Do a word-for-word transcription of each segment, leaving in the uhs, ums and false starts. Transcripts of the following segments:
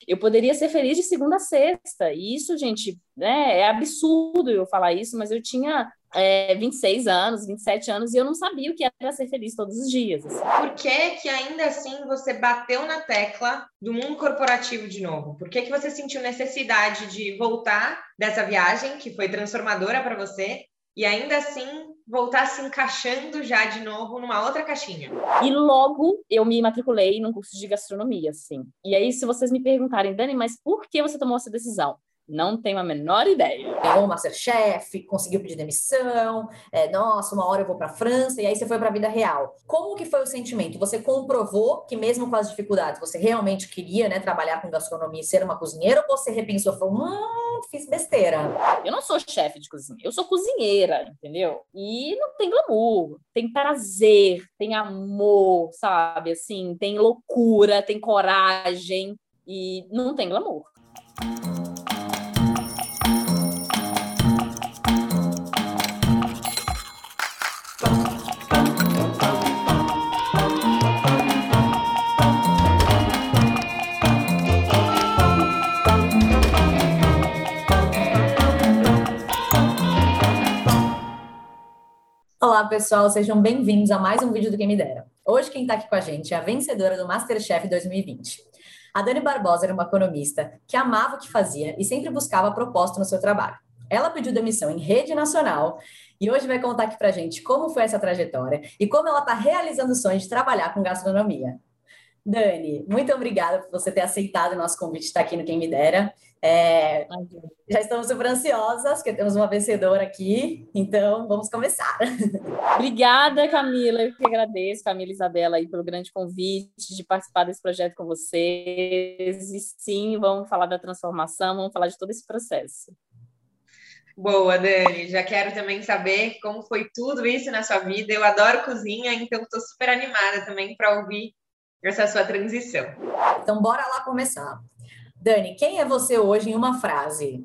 Eu poderia ser feliz de segunda a sexta. E isso, gente, né, é absurdo eu falar isso, mas eu tinha é, vinte e seis anos, vinte e sete anos, e eu não sabia o que era ser feliz todos os dias. Assim. Por que que ainda assim você bateu na tecla do mundo corporativo de novo? Por que que você sentiu necessidade de voltar dessa viagem, que foi transformadora para você, e ainda assim voltar se encaixando já de novo numa outra caixinha? E logo eu me matriculei num curso de gastronomia, assim. E aí, se vocês me perguntarem, Dani, mas por que você tomou essa decisão? Não tenho a menor ideia. Ganhou o MasterChef, conseguiu pedir demissão, é, nossa, uma hora eu vou para a França, e aí você foi para a vida real. Como que foi o sentimento? Você comprovou que mesmo com as dificuldades, você realmente queria, né, trabalhar com gastronomia e ser uma cozinheira, ou você repensou e falou, hum, fiz besteira? Eu não sou chefe de cozinha, eu sou cozinheira, entendeu? E não tem glamour, tem prazer, tem amor, sabe? Assim, tem loucura, tem coragem e não tem glamour. Olá, pessoal, sejam bem-vindos a mais um vídeo do Quem Me Dera. Hoje quem está aqui com a gente é a vencedora do MasterChef dois mil e vinte. A Dani Barbosa era uma economista que amava o que fazia e sempre buscava propósito no seu trabalho. Ela pediu demissão em rede nacional e hoje vai contar aqui pra gente como foi essa trajetória e como ela está realizando o sonho de trabalhar com gastronomia. Dani, muito obrigada por você ter aceitado o nosso convite de estar aqui no Quem Me Dera. É, já estamos super ansiosas, porque temos uma vencedora aqui, então vamos começar. Obrigada, Camila, eu que agradeço, Camila e Isabela, aí, pelo grande convite de participar desse projeto com vocês. E sim, vamos falar da transformação, vamos falar de todo esse processo. Boa, Dani. Já quero também saber como foi tudo isso na sua vida. Eu adoro cozinha, então estou super animada também para ouvir essa sua transição. Então, bora lá começar. Dani, quem é você hoje em uma frase?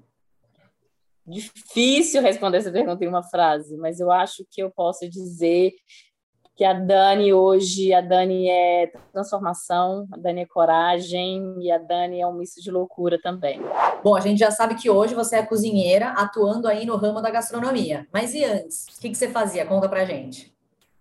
Difícil responder essa pergunta em uma frase, mas eu acho que eu posso dizer que a Dani hoje, a Dani é transformação, a Dani é coragem e a Dani é um misto de loucura também. Bom, a gente já sabe que hoje você é cozinheira, atuando aí no ramo da gastronomia. Mas e antes? O que que você fazia? Conta pra gente.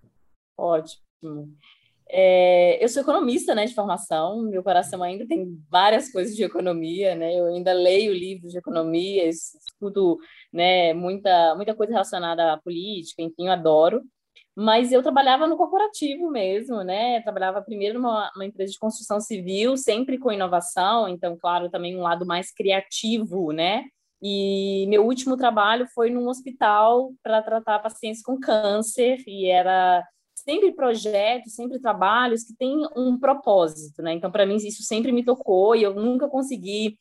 Ótimo. É, eu sou economista, né, de formação, meu coração ainda tem várias coisas de economia, né, eu ainda leio livros de economia, escuto, né, muita, muita coisa relacionada à política, enfim, eu adoro, mas eu trabalhava no corporativo mesmo, né, eu trabalhava primeiro numa, numa empresa de construção civil, sempre com inovação, então, claro, também um lado mais criativo, né, e meu último trabalho foi num hospital para tratar pacientes com câncer, e era sempre projetos, sempre trabalhos que têm um propósito, né? Então, para mim, isso sempre me tocou e eu nunca consegui,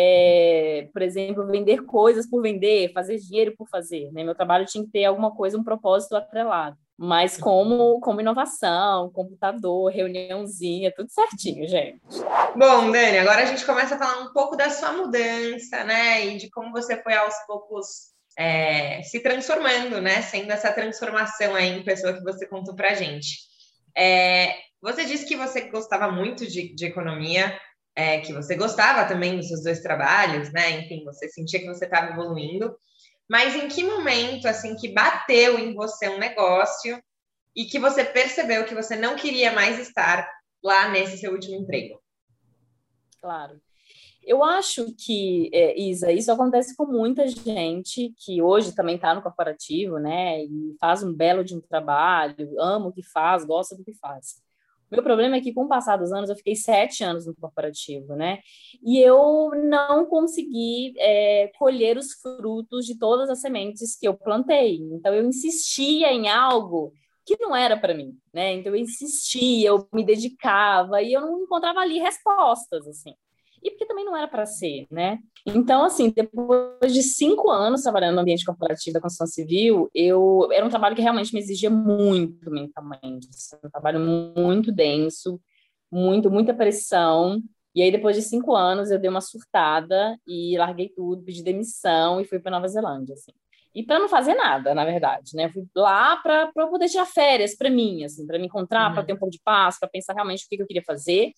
é, por exemplo, vender coisas por vender, fazer dinheiro por fazer, né? Meu trabalho tinha que ter alguma coisa, um propósito atrelado. Mas como, como inovação, computador, reuniãozinha, tudo certinho, gente. Bom, Dani, agora a gente começa a falar um pouco da sua mudança, né? E de como você foi aos poucos É, se transformando, né? Sendo essa transformação aí em pessoa que você contou pra gente. É, você disse que você gostava muito de, de economia, é, que você gostava também dos seus dois trabalhos, né? Enfim, você sentia que você estava evoluindo. Mas em que momento, assim, que bateu em você um negócio e que você percebeu que você não queria mais estar lá nesse seu último emprego? Claro. Eu acho que, é, Isa, isso acontece com muita gente que hoje também está no corporativo, né, e faz um belo de um trabalho, ama o que faz, gosta do que faz. O meu problema é que, com o passar dos anos, eu fiquei sete anos no corporativo, né, e eu não consegui é, colher os frutos de todas as sementes que eu plantei. Então, eu insistia em algo que não era para mim, né, então eu insistia, eu me dedicava, e eu não encontrava ali respostas, assim. E porque também não era para ser, né? Então, assim, depois de cinco anos trabalhando no ambiente corporativo da construção civil, eu era um trabalho que realmente me exigia muito mentalmente, assim, um trabalho muito denso, muito, muita pressão. E aí, depois de cinco anos, eu dei uma surtada e larguei tudo, pedi demissão e fui para Nova Zelândia, assim. E para não fazer nada, na verdade, né? Eu fui lá para poder tirar férias para mim, assim, para me encontrar, uhum. para ter um pouco de paz, para pensar realmente o que, que eu queria fazer.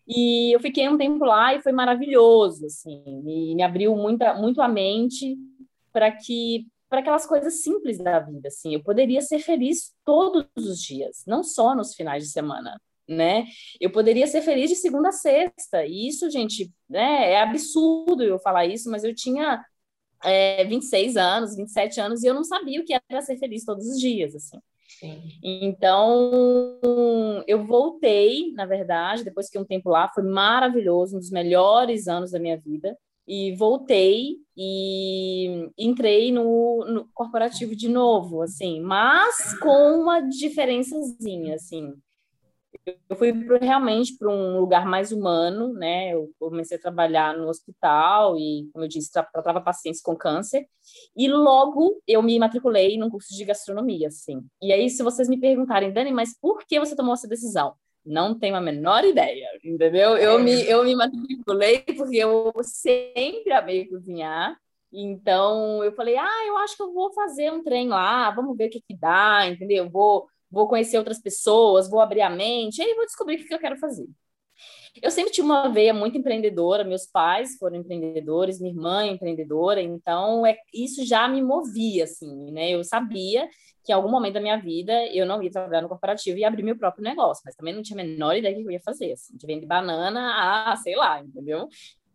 E eu fiquei um tempo lá e foi maravilhoso, assim, e me abriu muita, muito a mente para que para aquelas coisas simples da vida, assim, eu poderia ser feliz todos os dias, não só nos finais de semana, né? Eu poderia ser feliz de segunda a sexta, e isso, gente, né, é absurdo eu falar isso, mas eu tinha é, vinte e seis anos, vinte e sete anos, e eu não sabia o que era ser feliz todos os dias, assim. Sim. Então, eu voltei, na verdade, depois que um tempo lá, foi maravilhoso, um dos melhores anos da minha vida, e voltei e entrei no, no corporativo de novo, assim, mas com uma diferençazinha, assim. Eu fui pro, realmente para um lugar mais humano, né? Eu comecei a trabalhar no hospital e, como eu disse, tratava pacientes com câncer. E logo eu me matriculei num curso de gastronomia, assim. E aí, se vocês me perguntarem, Dani, mas por que você tomou essa decisão? Não tenho a menor ideia, entendeu? Eu me, eu me matriculei porque eu sempre amei cozinhar. Então, eu falei, ah, eu acho que eu vou fazer um trem lá, vamos ver o que que dá, entendeu? Eu vou vou conhecer outras pessoas, vou abrir a mente, e aí vou descobrir o que eu quero fazer. Eu sempre tive uma veia muito empreendedora, meus pais foram empreendedores, minha irmã é empreendedora, então é, isso já me movia, assim, né? Eu sabia que em algum momento da minha vida eu não ia trabalhar no corporativo e abrir meu próprio negócio, mas também não tinha a menor ideia do que eu ia fazer, assim, de vender banana a, sei lá, entendeu?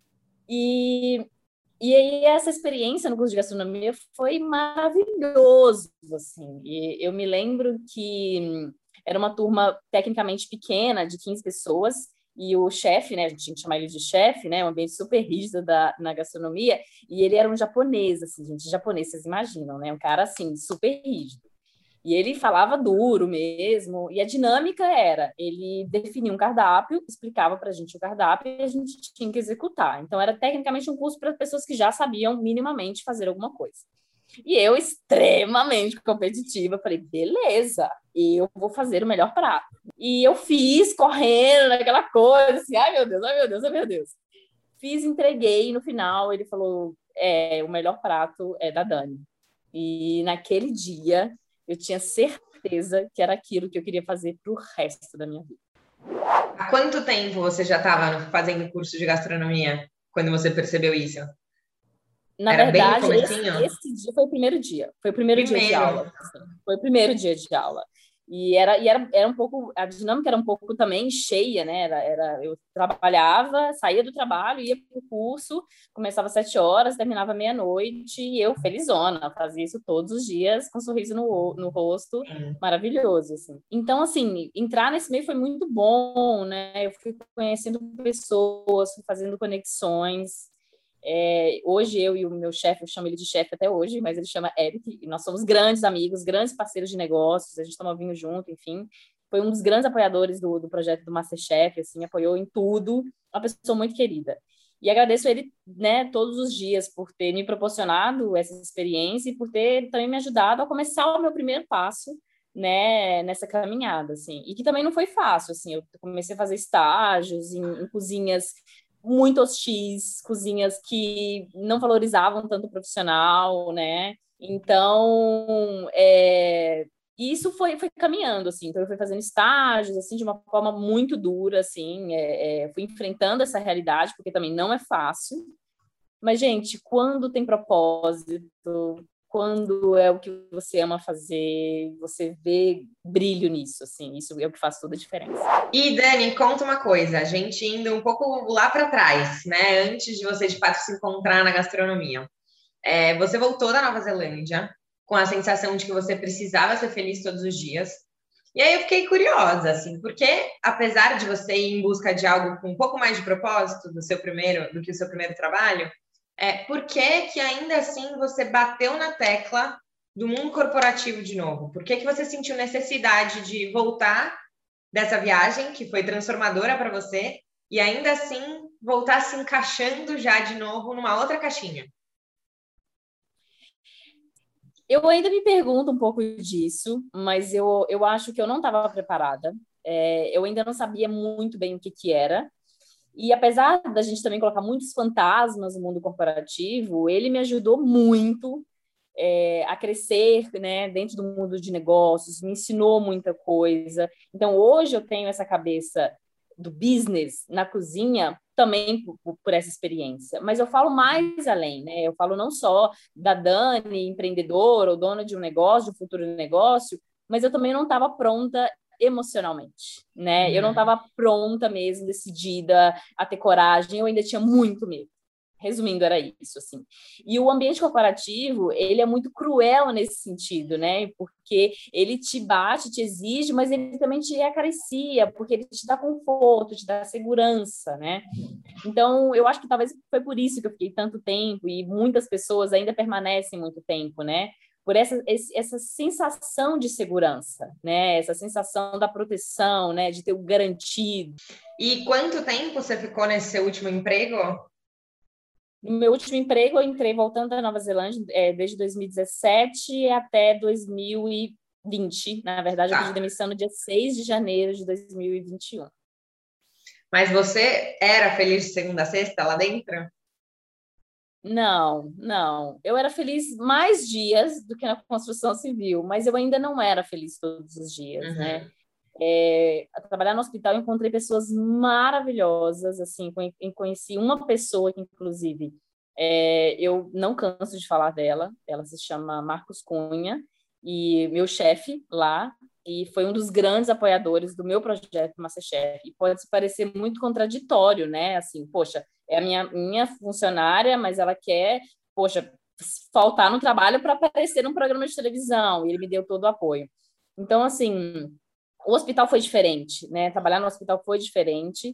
E E aí, essa experiência no curso de gastronomia foi maravilhoso, assim. E eu me lembro que era uma turma tecnicamente pequena, de quinze pessoas, e o chefe, né, a gente tinha que chamar ele de chefe, né, um ambiente super rígido da, na gastronomia, e ele era um japonês, assim, gente, japonês, vocês imaginam, né, um cara, assim, super rígido. E ele falava duro mesmo, e a dinâmica era, ele definia um cardápio, explicava para a gente o cardápio e a gente tinha que executar. Então, era tecnicamente um curso para pessoas que já sabiam minimamente fazer alguma coisa. E eu, extremamente competitiva, falei, beleza, eu vou fazer o melhor prato. E eu fiz, correndo, aquela coisa, assim, ai meu Deus, ai meu Deus, ai meu Deus. Fiz, entreguei, e no final ele falou, é, o melhor prato é da Dani. E naquele dia eu tinha certeza que era aquilo que eu queria fazer para o resto da minha vida. Há quanto tempo você já estava fazendo curso de gastronomia, quando você percebeu isso? Na Era verdade, bem no esse, comecinho? esse dia foi o primeiro dia. Foi o primeiro, Primeiro. dia de aula. Assim. Foi o primeiro dia de aula. E era, e era, era um pouco, a dinâmica era um pouco também cheia, né? Era, era, eu trabalhava, saía do trabalho, ia para o curso, começava às sete horas, terminava meia-noite, e eu felizona, fazia isso todos os dias, com um sorriso no, no rosto, Sim. maravilhoso, assim. Então, assim, entrar nesse meio foi muito bom, né? Eu fui conhecendo pessoas, fui fazendo conexões. É, hoje eu e o meu chefe, eu chamo ele de chefe até hoje, mas ele chama Eric, e nós somos grandes amigos, grandes parceiros de negócios, a gente toma vinho junto, enfim. Foi um dos grandes apoiadores do, do projeto do MasterChef, assim, apoiou em tudo, uma pessoa muito querida. E agradeço a ele, né, todos os dias por ter me proporcionado essa experiência e por ter também me ajudado a começar o meu primeiro passo, né, nessa caminhada, assim. E que também não foi fácil, assim, eu comecei a fazer estágios em, em cozinhas muito hostis, cozinhas que não valorizavam tanto o profissional, né? Então, é, isso foi, foi caminhando, assim. Então, eu fui fazendo estágios, assim, de uma forma muito dura, assim. É, é, fui enfrentando essa realidade, porque também não é fácil. Mas, gente, quando tem propósito, quando é o que você ama fazer, você vê brilho nisso, assim, isso é o que faz toda a diferença. E, Dani, conta uma coisa, a gente indo um pouco lá para trás, né, antes de você, de fato, se encontrar na gastronomia. É, você voltou da Nova Zelândia com a sensação de que você precisava ser feliz todos os dias. E aí eu fiquei curiosa, assim, porque apesar de você ir em busca de algo com um pouco mais de propósito do seu primeiro, do que o seu primeiro trabalho, é, por que que ainda assim você bateu na tecla do mundo corporativo de novo? Por que que você sentiu necessidade de voltar dessa viagem que foi transformadora para você e ainda assim voltar se encaixando já de novo numa outra caixinha? Eu ainda me pergunto um pouco disso, mas eu, eu acho que eu não estava preparada. É, eu ainda não sabia muito bem o que, que era. E apesar da gente também colocar muitos fantasmas no mundo corporativo, ele me ajudou muito é, a crescer, né, dentro do mundo de negócios, me ensinou muita coisa. Então, hoje eu tenho essa cabeça do business na cozinha também por, por essa experiência. Mas eu falo mais além, né? Eu falo não só da Dani, empreendedora ou dona de um negócio, de um futuro negócio, mas eu também não estava pronta emocionalmente, né? Uhum. Eu não estava pronta mesmo, decidida a ter coragem, eu ainda tinha muito medo. Resumindo, era isso, assim. E o ambiente corporativo, ele é muito cruel nesse sentido, né? Porque ele te bate, te exige, mas ele também te acaricia, porque ele te dá conforto, te dá segurança, né? Então, eu acho que talvez foi por isso que eu fiquei tanto tempo, e muitas pessoas ainda permanecem muito tempo, né? Por essa, essa sensação de segurança, né? Essa sensação da proteção, né? De ter o garantido. E quanto tempo você ficou nesse seu último emprego? No meu último emprego, eu entrei voltando da Nova Zelândia é, desde dois mil e dezessete até dois mil e vinte. Na verdade, eu pedi demissão no dia seis de janeiro de dois mil e vinte e um. Mas você era feliz de segunda a sexta lá dentro? Não, não. Eu era feliz mais dias do que na construção civil, mas eu ainda não era feliz todos os dias, uhum. né? É, a trabalhar no hospital, eu encontrei pessoas maravilhosas, assim, conheci uma pessoa que, inclusive, é, eu não canso de falar dela, ela se chama Marcos Cunha, e meu chefe lá, e foi um dos grandes apoiadores do meu projeto MasterChef, e pode parecer muito contraditório, né, assim, poxa, é a minha, minha funcionária, mas ela quer, poxa, faltar no trabalho para aparecer num programa de televisão, e ele me deu todo o apoio. Então, assim, o hospital foi diferente, né? Trabalhar no hospital foi diferente,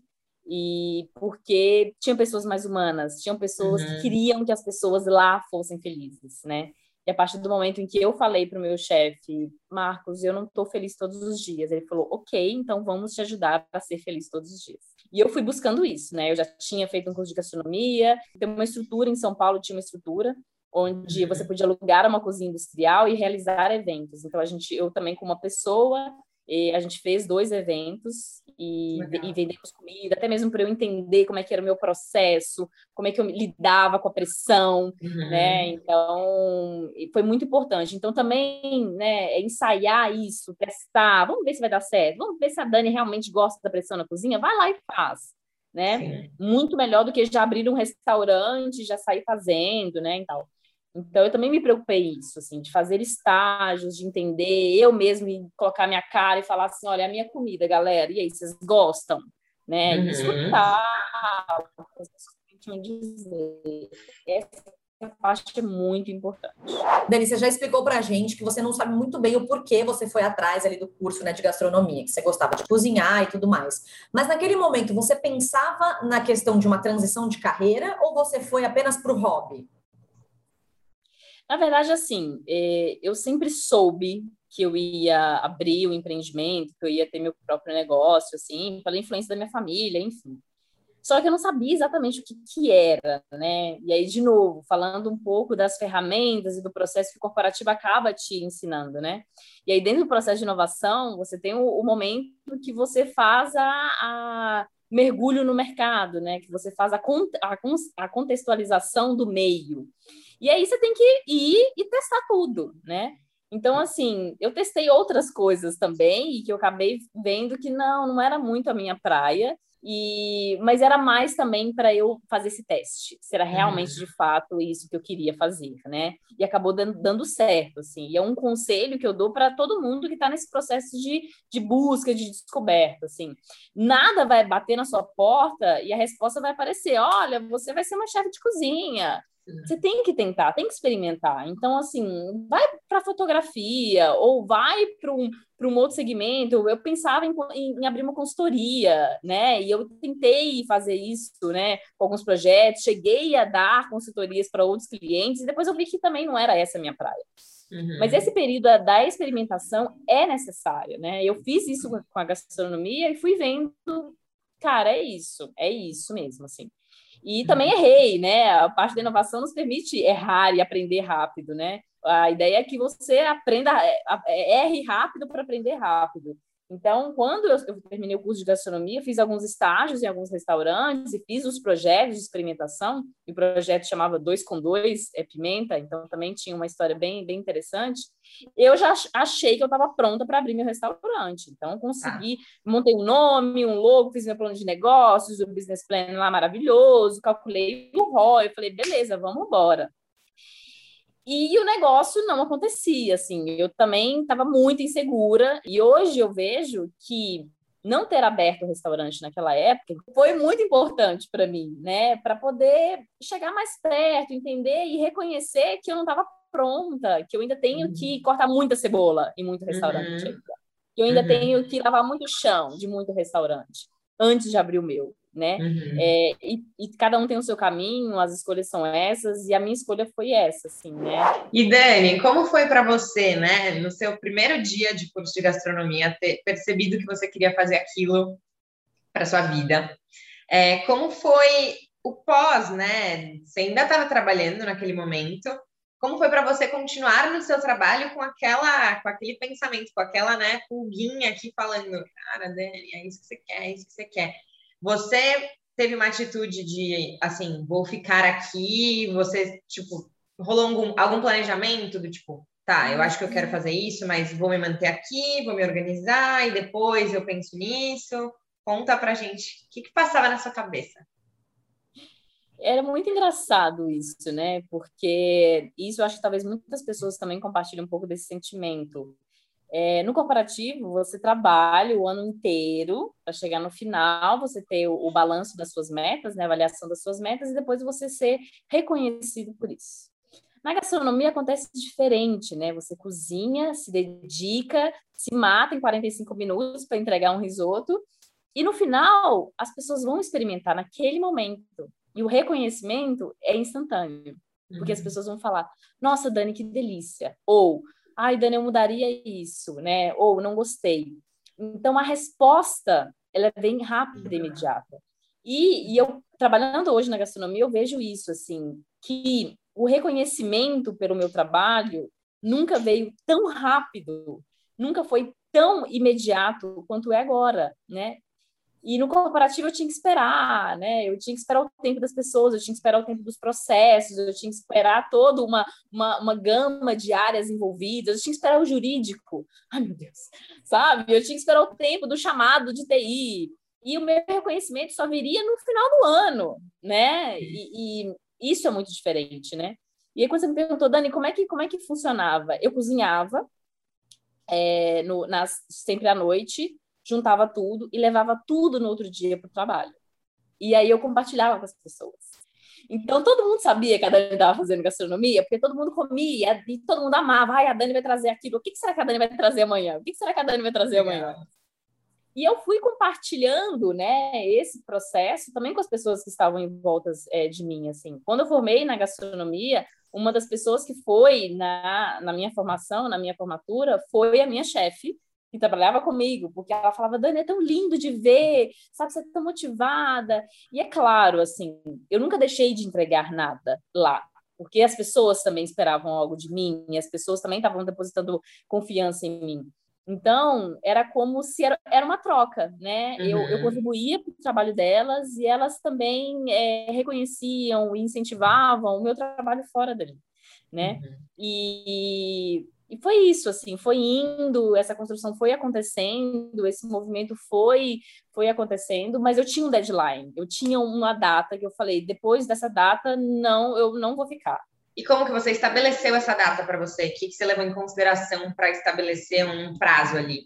e porque tinham pessoas mais humanas, tinham pessoas uhum. que queriam que as pessoas lá fossem felizes, né? E a partir do momento em que eu falei para o meu chefe, Marcos, eu não estou feliz todos os dias, ele falou, ok, então vamos te ajudar a ser feliz todos os dias. E eu fui buscando isso, né? Eu já tinha feito um curso de gastronomia, tem uma estrutura em São Paulo, tinha uma estrutura onde uhum. você podia alugar uma cozinha industrial e realizar eventos. Então, a gente, eu também, como uma pessoa, a gente fez dois eventos e, e vendemos comida, até mesmo para eu entender como é que era o meu processo, como é que eu lidava com a pressão, uhum. né? Então, foi muito importante. Então, também, né, ensaiar isso, testar, vamos ver se vai dar certo, vamos ver se a Dani realmente gosta da pressão na cozinha, vai lá e faz, né? Sim. Muito melhor do que já abrir um restaurante, já sair fazendo, né, e tal. Então, eu também me preocupei isso, assim, de fazer estágios, de entender, eu mesmo colocar minha cara e falar assim, olha, a minha comida, galera, e aí, vocês gostam? Né? Uhum. E escutar o que as pessoas dizer. Essa parte é muito importante. Dani, você já explicou pra gente que você não sabe muito bem o porquê você foi atrás ali do curso, né, de gastronomia, que você gostava de cozinhar e tudo mais. Mas naquele momento, você pensava na questão de uma transição de carreira ou você foi apenas pro hobby? Na verdade, assim, eu sempre soube que eu ia abrir o empreendimento, que eu ia ter meu próprio negócio, assim, pela influência da minha família, enfim. Só que eu não sabia exatamente o que, que era, né? E aí, de novo, falando um pouco das ferramentas e do processo que o corporativo acaba te ensinando, né? E aí, dentro do processo de inovação, você tem o, o momento que você faz a, a mergulho no mercado, né? Que você faz a, a, a contextualização do meio. E aí você tem que ir e testar tudo, né? Então, assim, eu testei outras coisas também e que eu acabei vendo que não, não era muito a minha praia, e, mas era mais também para eu fazer esse teste, se era realmente, de fato, isso que eu queria fazer, né? E acabou dando, dando certo, assim. E é um conselho que eu dou para todo mundo que está nesse processo de, de busca, de descoberta, assim. Nada vai bater na sua porta e a resposta vai aparecer, olha, você vai ser uma chefe de cozinha. Você tem que tentar, tem que experimentar. Então, assim, vai para fotografia ou vai para um, para um outro segmento. Eu pensava em, em, em abrir uma consultoria, né? E eu tentei fazer isso, né? Com alguns projetos, cheguei a dar consultorias para outros clientes e depois eu vi que também não era essa a minha praia. Uhum. Mas esse período da experimentação é necessário, né? Eu fiz isso com a gastronomia e fui vendo, cara, é isso, é isso mesmo, assim. E também errei, né? A parte da inovação nos permite errar e aprender rápido, né? A ideia é que você aprenda, erre rápido para aprender rápido. Então, quando eu, eu terminei o curso de gastronomia, fiz alguns estágios em alguns restaurantes e fiz os projetos de experimentação, e o projeto chamava Dois com Dois, é Pimenta, então também tinha uma história bem, bem interessante. Eu já achei que eu estava pronta para abrir meu restaurante, então consegui, montei um nome, um logo, fiz meu plano de negócios, o business plan lá maravilhoso, calculei o R O I, eu falei, beleza, vamos embora. E o negócio não acontecia, assim, eu também estava muito insegura, e hoje eu vejo que não ter aberto o restaurante naquela época foi muito importante para mim, né, para poder chegar mais perto, entender e reconhecer que eu não estava pronta, que eu ainda tenho que cortar muita cebola em muito restaurante, Uhum. que eu ainda Uhum. tenho que lavar muito chão de muito restaurante, antes de abrir o meu. Né? Uhum. É, e, e cada um tem o seu caminho, as escolhas são essas, e a minha escolha foi essa, assim, né? E Dani, como foi para você, né, no seu primeiro dia de curso de gastronomia, ter percebido que você queria fazer aquilo para sua vida? É, como foi o pós, né? Você ainda estava trabalhando naquele momento. Como foi para você continuar no seu trabalho com aquela, com aquele pensamento, com aquela, né, pulguinha aqui falando, cara, Dani, é isso que você quer, é isso que você quer. Você teve uma atitude de, assim, vou ficar aqui, você, tipo, rolou algum, algum planejamento do tipo, tá, eu acho que eu quero fazer isso, mas vou me manter aqui, vou me organizar e depois eu penso nisso. Conta pra gente, o que que passava na sua cabeça? Era muito engraçado isso, né? Porque isso eu acho que talvez muitas pessoas também compartilhem um pouco desse sentimento. É, no corporativo, você trabalha o ano inteiro para chegar no final, você ter o, o balanço das suas metas, né, a avaliação das suas metas, e depois você ser reconhecido por isso. Na gastronomia acontece diferente, né? Você cozinha, se dedica, se mata em quarenta e cinco minutos para entregar um risoto, e no final as pessoas vão experimentar naquele momento. E o reconhecimento é instantâneo, porque as pessoas vão falar: nossa, Dani, que delícia! Ou ai, Dani, eu mudaria isso, né? Ou não gostei. Então, a resposta, ela é bem rápida e imediata. E, e eu, trabalhando hoje na gastronomia, eu vejo isso, assim, que o reconhecimento pelo meu trabalho nunca veio tão rápido, nunca foi tão imediato quanto é agora, né? E no corporativo eu tinha que esperar, né? Eu tinha que esperar o tempo das pessoas, eu tinha que esperar o tempo dos processos, eu tinha que esperar toda uma, uma, uma gama de áreas envolvidas, eu tinha que esperar o jurídico. Ai, meu Deus! Sabe? Eu tinha que esperar o tempo do chamado de T I. E o meu reconhecimento só viria no final do ano, né? E, e isso é muito diferente, né? E aí, quando você me perguntou, Dani, como é que, como é que funcionava? Eu cozinhava é, no, nas, sempre à noite, juntava tudo e levava tudo no outro dia para o trabalho. E aí eu compartilhava com as pessoas. Então, todo mundo sabia que a Dani estava fazendo gastronomia, porque todo mundo comia e todo mundo amava. Ai, a Dani vai trazer aquilo. O que será que a Dani vai trazer amanhã? O que será que a Dani vai trazer Legal. amanhã? E eu fui compartilhando, né, esse processo também com as pessoas que estavam em volta é, de mim. Assim. Quando eu formei na gastronomia, uma das pessoas que foi na, na minha formação, na minha formatura, foi a minha chefe, que trabalhava comigo, porque ela falava: Dani, é tão lindo de ver, sabe, você é tão motivada. E é claro, assim, eu nunca deixei de entregar nada lá, porque as pessoas também esperavam algo de mim, e as pessoas também estavam depositando confiança em mim. Então, era como se era, era uma troca, né? Uhum. Eu, eu contribuía para o trabalho delas e elas também é, reconheciam e incentivavam o meu trabalho fora dali, né? Uhum. E, e foi isso, assim, foi indo, essa construção foi acontecendo, esse movimento foi, foi acontecendo, mas eu tinha um deadline, eu tinha uma data que eu falei: depois dessa data, não, eu não vou ficar. E como que você estabeleceu essa data para você? O que, que você levou em consideração para estabelecer um prazo ali?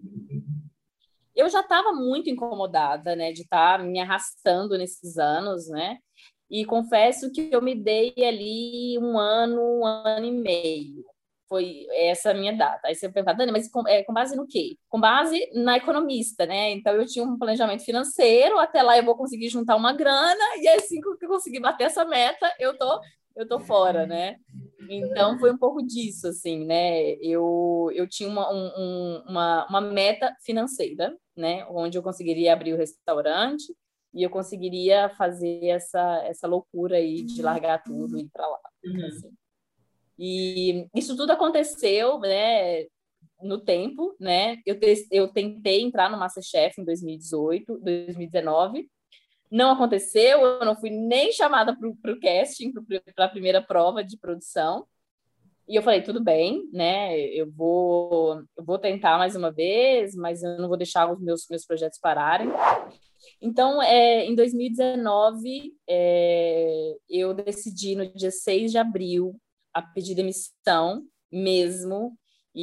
Eu já estava muito incomodada, né, de estar tá me arrastando nesses anos, né? E confesso que eu me dei ali um ano, um ano e meio. Foi essa a minha data. Aí você pergunta: Dani, mas com, é, com base no quê? Com base na economista, né? Então eu tinha um planejamento financeiro, até lá eu vou conseguir juntar uma grana, e assim que eu conseguir bater essa meta, eu tô eu tô fora, né? Então, foi um pouco disso, assim, né? Eu, eu tinha uma, um, uma, uma meta financeira, né? Onde eu conseguiria abrir o restaurante e eu conseguiria fazer essa, essa loucura aí de largar tudo e ir para lá. Uhum. Assim. E isso tudo aconteceu, né? no tempo, né? Eu, te, eu tentei entrar no MasterChef em dois mil e dezoito, dois mil e dezenove. Não aconteceu, eu não fui nem chamada para o casting, para a primeira prova de produção. E eu falei, tudo bem, né? Eu vou, eu vou tentar mais uma vez, mas eu não vou deixar os meus, meus projetos pararem. Então, é, em dois mil e dezenove, é, eu decidi, no dia seis de abril, a pedir demissão mesmo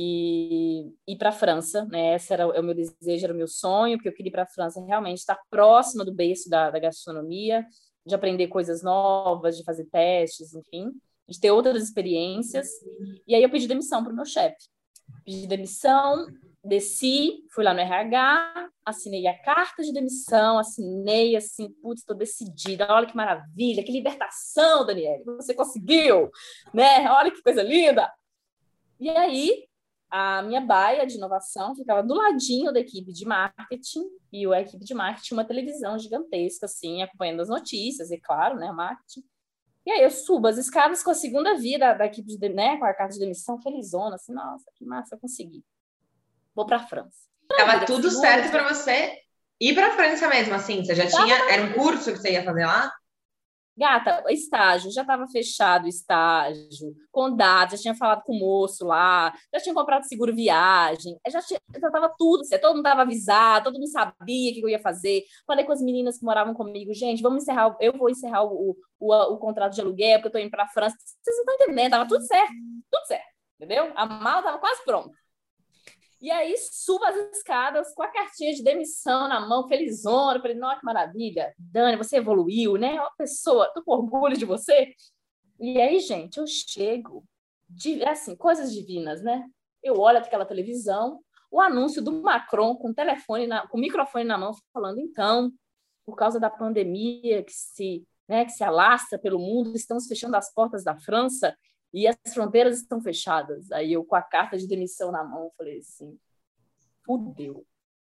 e ir para a França, né? Esse era o meu desejo, era o meu sonho, porque eu queria ir para a França realmente estar próxima do berço da, da gastronomia, de aprender coisas novas, de fazer testes, enfim, de ter outras experiências. E aí eu pedi demissão para o meu chefe. Pedi demissão, desci, fui lá no R H, assinei a carta de demissão, assinei assim, putz, estou decidida, olha que maravilha, que libertação, Daniele, você conseguiu, né? Olha que coisa linda. E aí, a minha baia de inovação ficava do ladinho da equipe de marketing, e a equipe de marketing tinha uma televisão gigantesca, assim, acompanhando as notícias, e claro, né, marketing. E aí eu subo as escadas com a segunda via da, da equipe, de, né, com a carta de demissão, felizona, assim, nossa, que massa, eu consegui. Vou para a França. Tava tudo certo para você ir para a França mesmo, assim, você já tinha, era um curso que você ia fazer lá? Gata, estágio, já estava fechado o estágio, com dados, já tinha falado com o moço lá, já tinha comprado seguro viagem, já estava tudo certo, todo mundo estava avisado, todo mundo sabia o que eu ia fazer. Falei com as meninas que moravam comigo, gente, vamos encerrar, eu vou encerrar o, o, o contrato de aluguel, porque eu estou indo para a França. Vocês não estão entendendo, estava tudo certo, tudo certo, entendeu? A mala estava quase pronta. E aí, subo as escadas com a cartinha de demissão na mão, felizona. Falei, nossa, que maravilha. Dani, você evoluiu, né? Uma pessoa, tô com orgulho de você. E aí, gente, eu chego, de, assim, coisas divinas, né? Eu olho aquela televisão, o anúncio do Macron com o telefone, na, com o microfone na mão, falando, então, por causa da pandemia que se, né, que se alastra pelo mundo, estamos fechando as portas da França, e as fronteiras estão fechadas. Aí eu, com a carta de demissão na mão, falei assim, fudeu.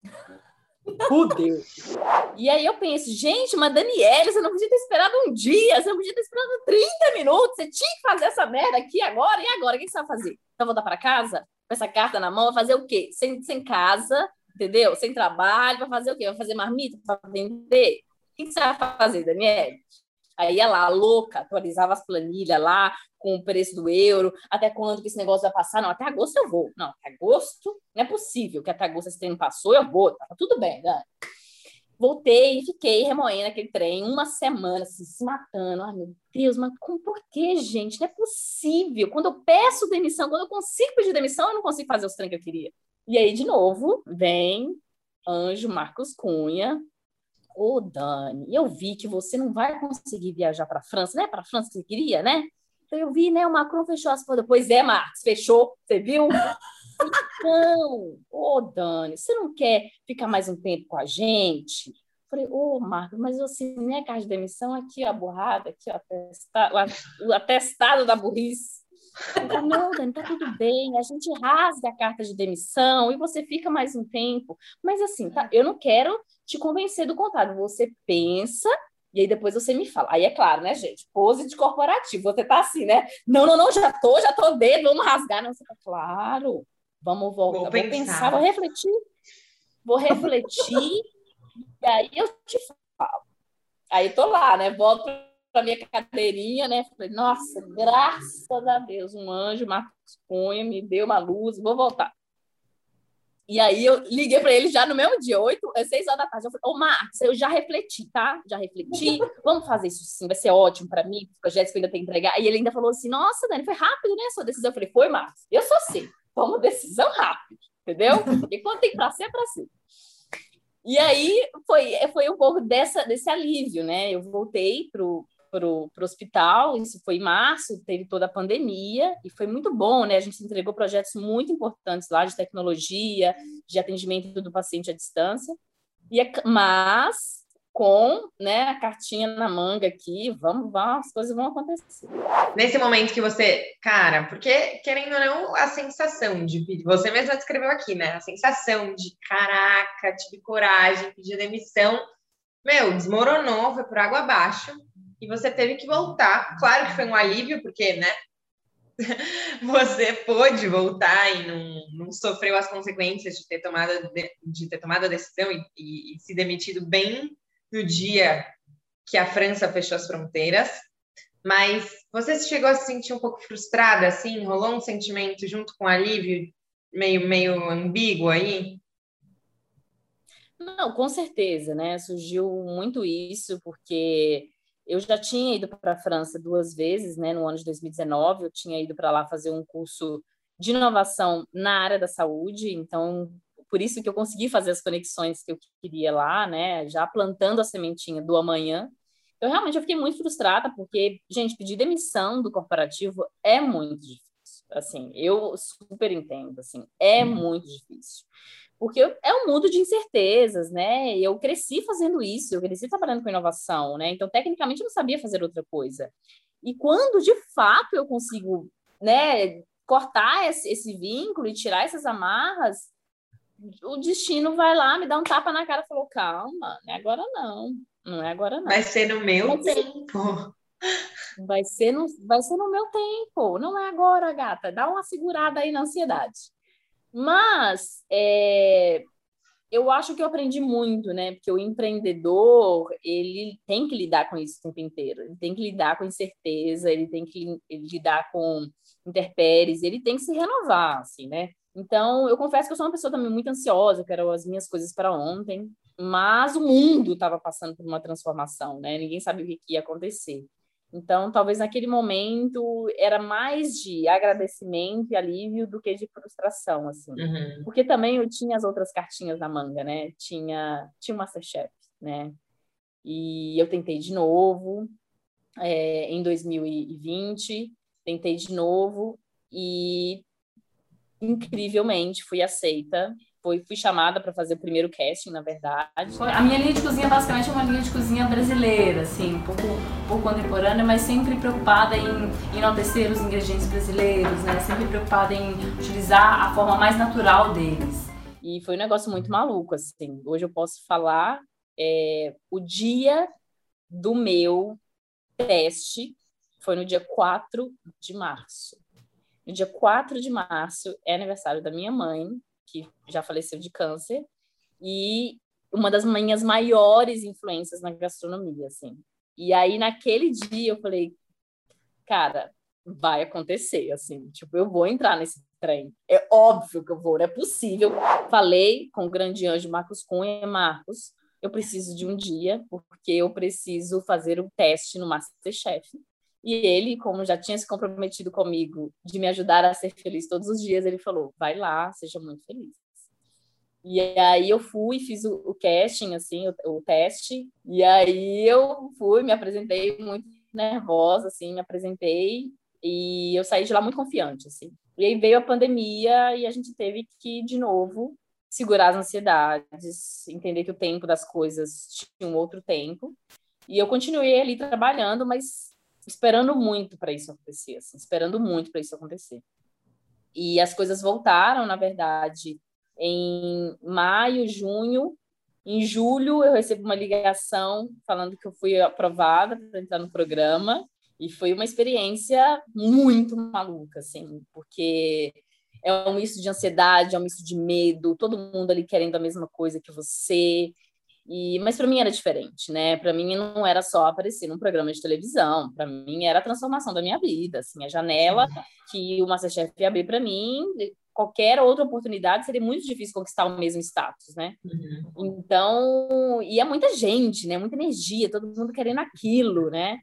Fudeu. E aí eu penso, gente, mas Daniele, você não podia ter esperado um dia, você não podia ter esperado trinta minutos, você tinha que fazer essa merda aqui agora, e agora? O que você vai fazer? Vai voltar para casa? Com essa carta na mão, vai fazer o quê? Sem, sem casa, entendeu? Sem trabalho, vai fazer o quê? Vai fazer marmita para vender? O que você vai fazer, Daniele? Aí ia lá, louca, atualizava as planilhas lá com o preço do euro, até quando que esse negócio vai passar? Não, até agosto eu vou. Não, até agosto não é possível que até agosto esse trem não passou, eu vou. Tá tudo bem, né? Voltei e fiquei remoendo aquele trem uma semana, assim, se matando. Ai, meu Deus, mas com, por que, gente? Não é possível. Quando eu peço demissão, quando eu consigo pedir demissão, eu não consigo fazer os trem que eu queria. E aí, de novo, vem Anjo Marcos Cunha. Ô, Dani, eu vi que você não vai conseguir viajar para a França, né? Para a França que você queria, né? Então eu vi, né? O Macron fechou as portas. Pois é, Marcos, fechou. Você viu? Então, ô, Dani, você não quer ficar mais um tempo com a gente? Falei, ô, Marcos, mas eu assinei a carta de demissão aqui, ó, a borrada, aqui, ó, o atestado da burrice. Eu falei, não, Dani, tá tudo bem, a gente rasga a carta de demissão e você fica mais um tempo. Mas assim, tá, eu não quero te convencer do contrário. Você pensa e aí depois você me fala. Aí é claro, né, gente? Pose de corporativo. Você tá assim, né? Não, não, não, já tô, já tô dentro, vamos rasgar. Não, você tá claro. Vamos voltar. Vou, vou pensar, vou refletir. Vou refletir e aí eu te falo. Aí tô lá, né? Volto para minha cadeirinha, né? Falei, nossa, graças a Deus, um anjo, Marcos Cunha, me deu uma luz, vou voltar. E aí eu liguei para ele já no mesmo dia, oito, seis horas da tarde. Eu falei, ô, Marcos, eu já refleti, tá? Já refleti, vamos fazer isso sim, vai ser ótimo para mim, porque a Jéssica ainda tem que entregar. E ele ainda falou assim, nossa, Dani, foi rápido, né, a sua decisão? Eu falei, foi, Marcos, eu sou assim, vamos decisão rápida, entendeu? Porque quando tem para ser, é para ser. E aí foi, foi um pouco dessa, desse alívio, né? Eu voltei pro para o hospital, isso foi em março, teve toda a pandemia, e foi muito bom, né? A gente entregou projetos muito importantes lá de tecnologia, de atendimento do paciente à distância, e, mas com, né, a cartinha na manga aqui, vamos, vamos, as coisas vão acontecer. Nesse momento que você, cara, porque querendo ou não, a sensação de, você mesma descreveu aqui, né? A sensação de, caraca, tive coragem, pedi demissão, meu, desmoronou, foi por água abaixo, e você teve que voltar. Claro que foi um alívio, porque, né, você pôde voltar e não, não sofreu as consequências de ter tomado, de, de ter tomado a decisão e, e, e se demitido bem no dia que a França fechou as fronteiras. Mas você chegou a se sentir um pouco frustrada, assim? Rolou um sentimento junto com alívio meio, meio ambíguo aí? Não, com certeza, né? Surgiu muito isso, porque eu já tinha ido para a França duas vezes, né? No ano de dois mil e dezenove, eu tinha ido para lá fazer um curso de inovação na área da saúde, então, por isso que eu consegui fazer as conexões que eu queria lá, né? Já plantando a sementinha do amanhã. Eu realmente eu fiquei muito frustrada, porque, gente, pedir demissão do corporativo é muito difícil. Assim, eu super entendo, assim, é muito difícil. Porque é um mundo de incertezas, né? Eu cresci fazendo isso, eu cresci trabalhando com inovação, né? Então, tecnicamente, eu não sabia fazer outra coisa. E quando, de fato, eu consigo, né, cortar esse, esse vínculo e tirar essas amarras, o destino vai lá, me dá um tapa na cara e falou, calma, não é agora não, não é agora não. Vai ser no meu vai tempo. Ser, vai, ser no, vai ser no meu tempo, não é agora, gata. Dá uma segurada aí na ansiedade. Mas é, eu acho que eu aprendi muito, né? Porque o empreendedor, ele tem que lidar com isso o tempo inteiro. Ele tem que lidar com incerteza, ele tem que lidar com intempéries, ele tem que se renovar, assim, né? Então, eu confesso que eu sou uma pessoa também muito ansiosa, eu quero as minhas coisas para ontem, mas o mundo estava passando por uma transformação, né? Ninguém sabia o que ia acontecer. Então, talvez naquele momento era mais de agradecimento e alívio do que de frustração, assim. Uhum. Porque também eu tinha as outras cartinhas na manga, né? Tinha, tinha o MasterChef, né? E eu tentei de novo é, em dois mil e vinte, tentei de novo e incrivelmente fui aceita. Fui, fui chamada para fazer o primeiro casting, na verdade. A minha linha de cozinha basicamente é uma linha de cozinha brasileira, assim, um pouco, um pouco contemporânea, mas sempre preocupada em enaltecer os ingredientes brasileiros, né? Sempre preocupada em utilizar a forma mais natural deles. E foi um negócio muito maluco, assim. Hoje eu posso falar é, o dia do meu teste foi no dia quatro de março. No dia quatro de março é aniversário da minha mãe, que já faleceu de câncer, e uma das minhas maiores influências na gastronomia, assim. E aí, naquele dia, eu falei, cara, vai acontecer, assim, tipo, eu vou entrar nesse trem. É óbvio que eu vou, não é possível. Falei com o grande anjo Marcos Cunha, Marcos, eu preciso de um dia, porque eu preciso fazer o teste no MasterChef. E ele, como já tinha se comprometido comigo de me ajudar a ser feliz todos os dias, ele falou, vai lá, seja muito feliz. E aí eu fui, fiz o, o casting, assim, o, o teste, e aí eu fui, me apresentei muito nervosa, assim, me apresentei, e eu saí de lá muito confiante, assim. E aí veio a pandemia e a gente teve que, de novo, segurar as ansiedades, entender que o tempo das coisas tinha um outro tempo. E eu continuei ali trabalhando, mas esperando muito para isso acontecer, assim, esperando muito para isso acontecer. E as coisas voltaram, na verdade, em maio, junho. Em julho, eu recebi uma ligação falando que eu fui aprovada para entrar no programa. E foi uma experiência muito maluca, assim, porque é um misto de ansiedade, é um misto de medo, todo mundo ali querendo a mesma coisa que você. E, mas para mim era diferente, né? Para mim não era só aparecer num programa de televisão, para mim era a transformação da minha vida, assim, a janela que o MasterChef ia abrir para mim, qualquer outra oportunidade seria muito difícil conquistar o mesmo status, né? Uhum. Então, e é muita gente, né? Muita energia, todo mundo querendo aquilo, né?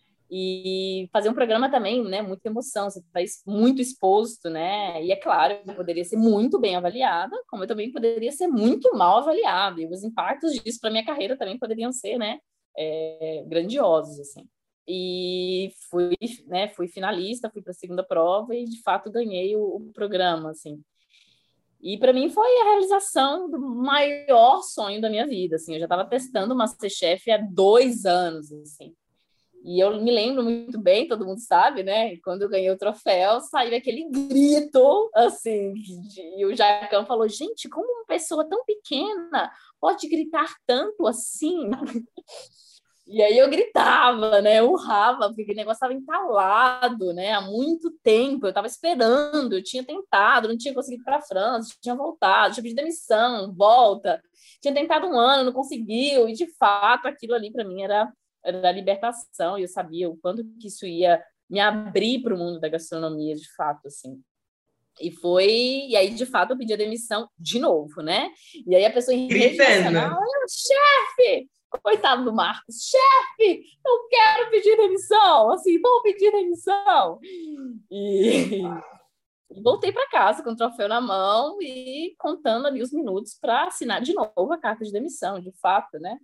E fazer um programa também, né? Muita emoção, você está muito exposto, né? E é claro, eu poderia ser muito bem avaliada, como eu também poderia ser muito mal avaliada. E os impactos disso para minha carreira também poderiam ser, né? É, grandiosos, assim. E fui, né? Fui finalista, fui para a segunda prova e de fato ganhei o, o programa, assim. E para mim foi a realização do maior sonho da minha vida, assim. Eu já estava testando o MasterChef há dois anos, assim. E eu me lembro muito bem, todo mundo sabe, né? Quando eu ganhei o troféu, saiu aquele grito, assim, de... e o Jacão falou, gente, como uma pessoa tão pequena pode gritar tanto assim? E aí eu gritava, né? Eu urrava, porque aquele negócio estava entalado, né? Há muito tempo. Eu estava esperando, eu tinha tentado, não tinha conseguido ir para a França, tinha voltado, tinha pedido demissão, volta. Tinha tentado um ano, não conseguiu. E, de fato, aquilo ali para mim era, era a libertação. E eu sabia o quanto que isso ia me abrir para o mundo da gastronomia, de fato, assim. E foi... E aí, de fato, eu pedi a demissão de novo, né? E aí a pessoa em rede nacional, chefe! Coitado do Marcos, chefe, eu quero pedir demissão, assim, vou pedir demissão. E, e voltei para casa com o troféu na mão e contando ali os minutos para assinar de novo a carta de demissão, de fato, né?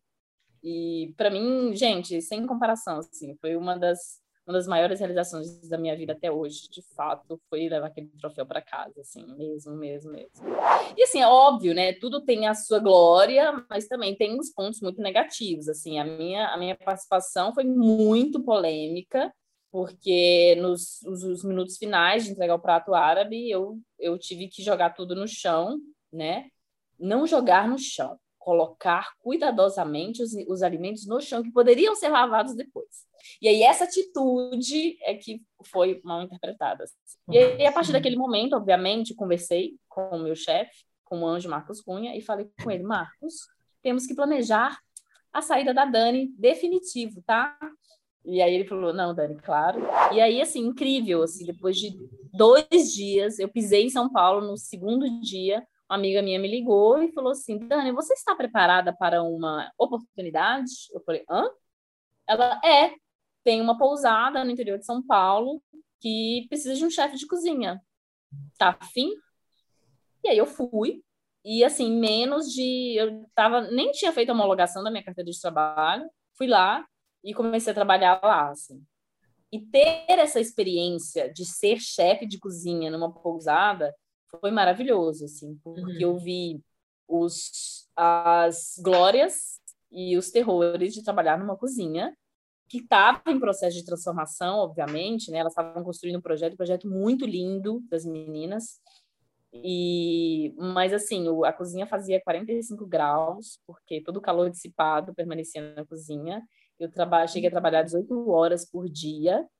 E para mim, gente, sem comparação, assim, foi uma das uma das maiores realizações da minha vida até hoje, de fato, foi levar aquele troféu para casa, assim, mesmo, mesmo, mesmo. E, assim, é óbvio, né, tudo tem a sua glória, mas também tem uns pontos muito negativos, assim, a minha, a minha participação foi muito polêmica, porque nos os, os minutos finais de entregar o prato árabe, eu, eu tive que jogar tudo no chão, né, não jogar no chão, colocar cuidadosamente os, os alimentos no chão, que poderiam ser lavados depois. E aí essa atitude é que foi mal interpretada. E aí, a partir daquele momento, obviamente, conversei com o meu chefe, com o anjo Marcos Cunha, e falei com ele, Marcos, temos que planejar a saída da Dani definitivo, tá? E aí ele falou, não, Dani, claro. E aí, assim, incrível, assim, depois de dois dias, eu pisei em São Paulo no segundo dia, uma amiga minha me ligou e falou assim, Dani, você está preparada para uma oportunidade? Eu falei, hã? Ela, é, tem uma pousada no interior de São Paulo que precisa de um chefe de cozinha. Tá afim? E aí eu fui. E, assim, menos de... Eu tava, nem tinha feito a homologação da minha carteira de trabalho. Fui lá e comecei a trabalhar lá, assim. E ter essa experiência de ser chefe de cozinha numa pousada foi maravilhoso, assim, porque uhum. eu vi os, as glórias e os terrores de trabalhar numa cozinha que estava em processo de transformação, obviamente, né? Elas estavam construindo um projeto, um projeto muito lindo das meninas, e mas assim, a cozinha fazia quarenta e cinco graus, porque todo o calor dissipado permanecia na cozinha. Eu traba... cheguei a trabalhar dezoito horas por dia,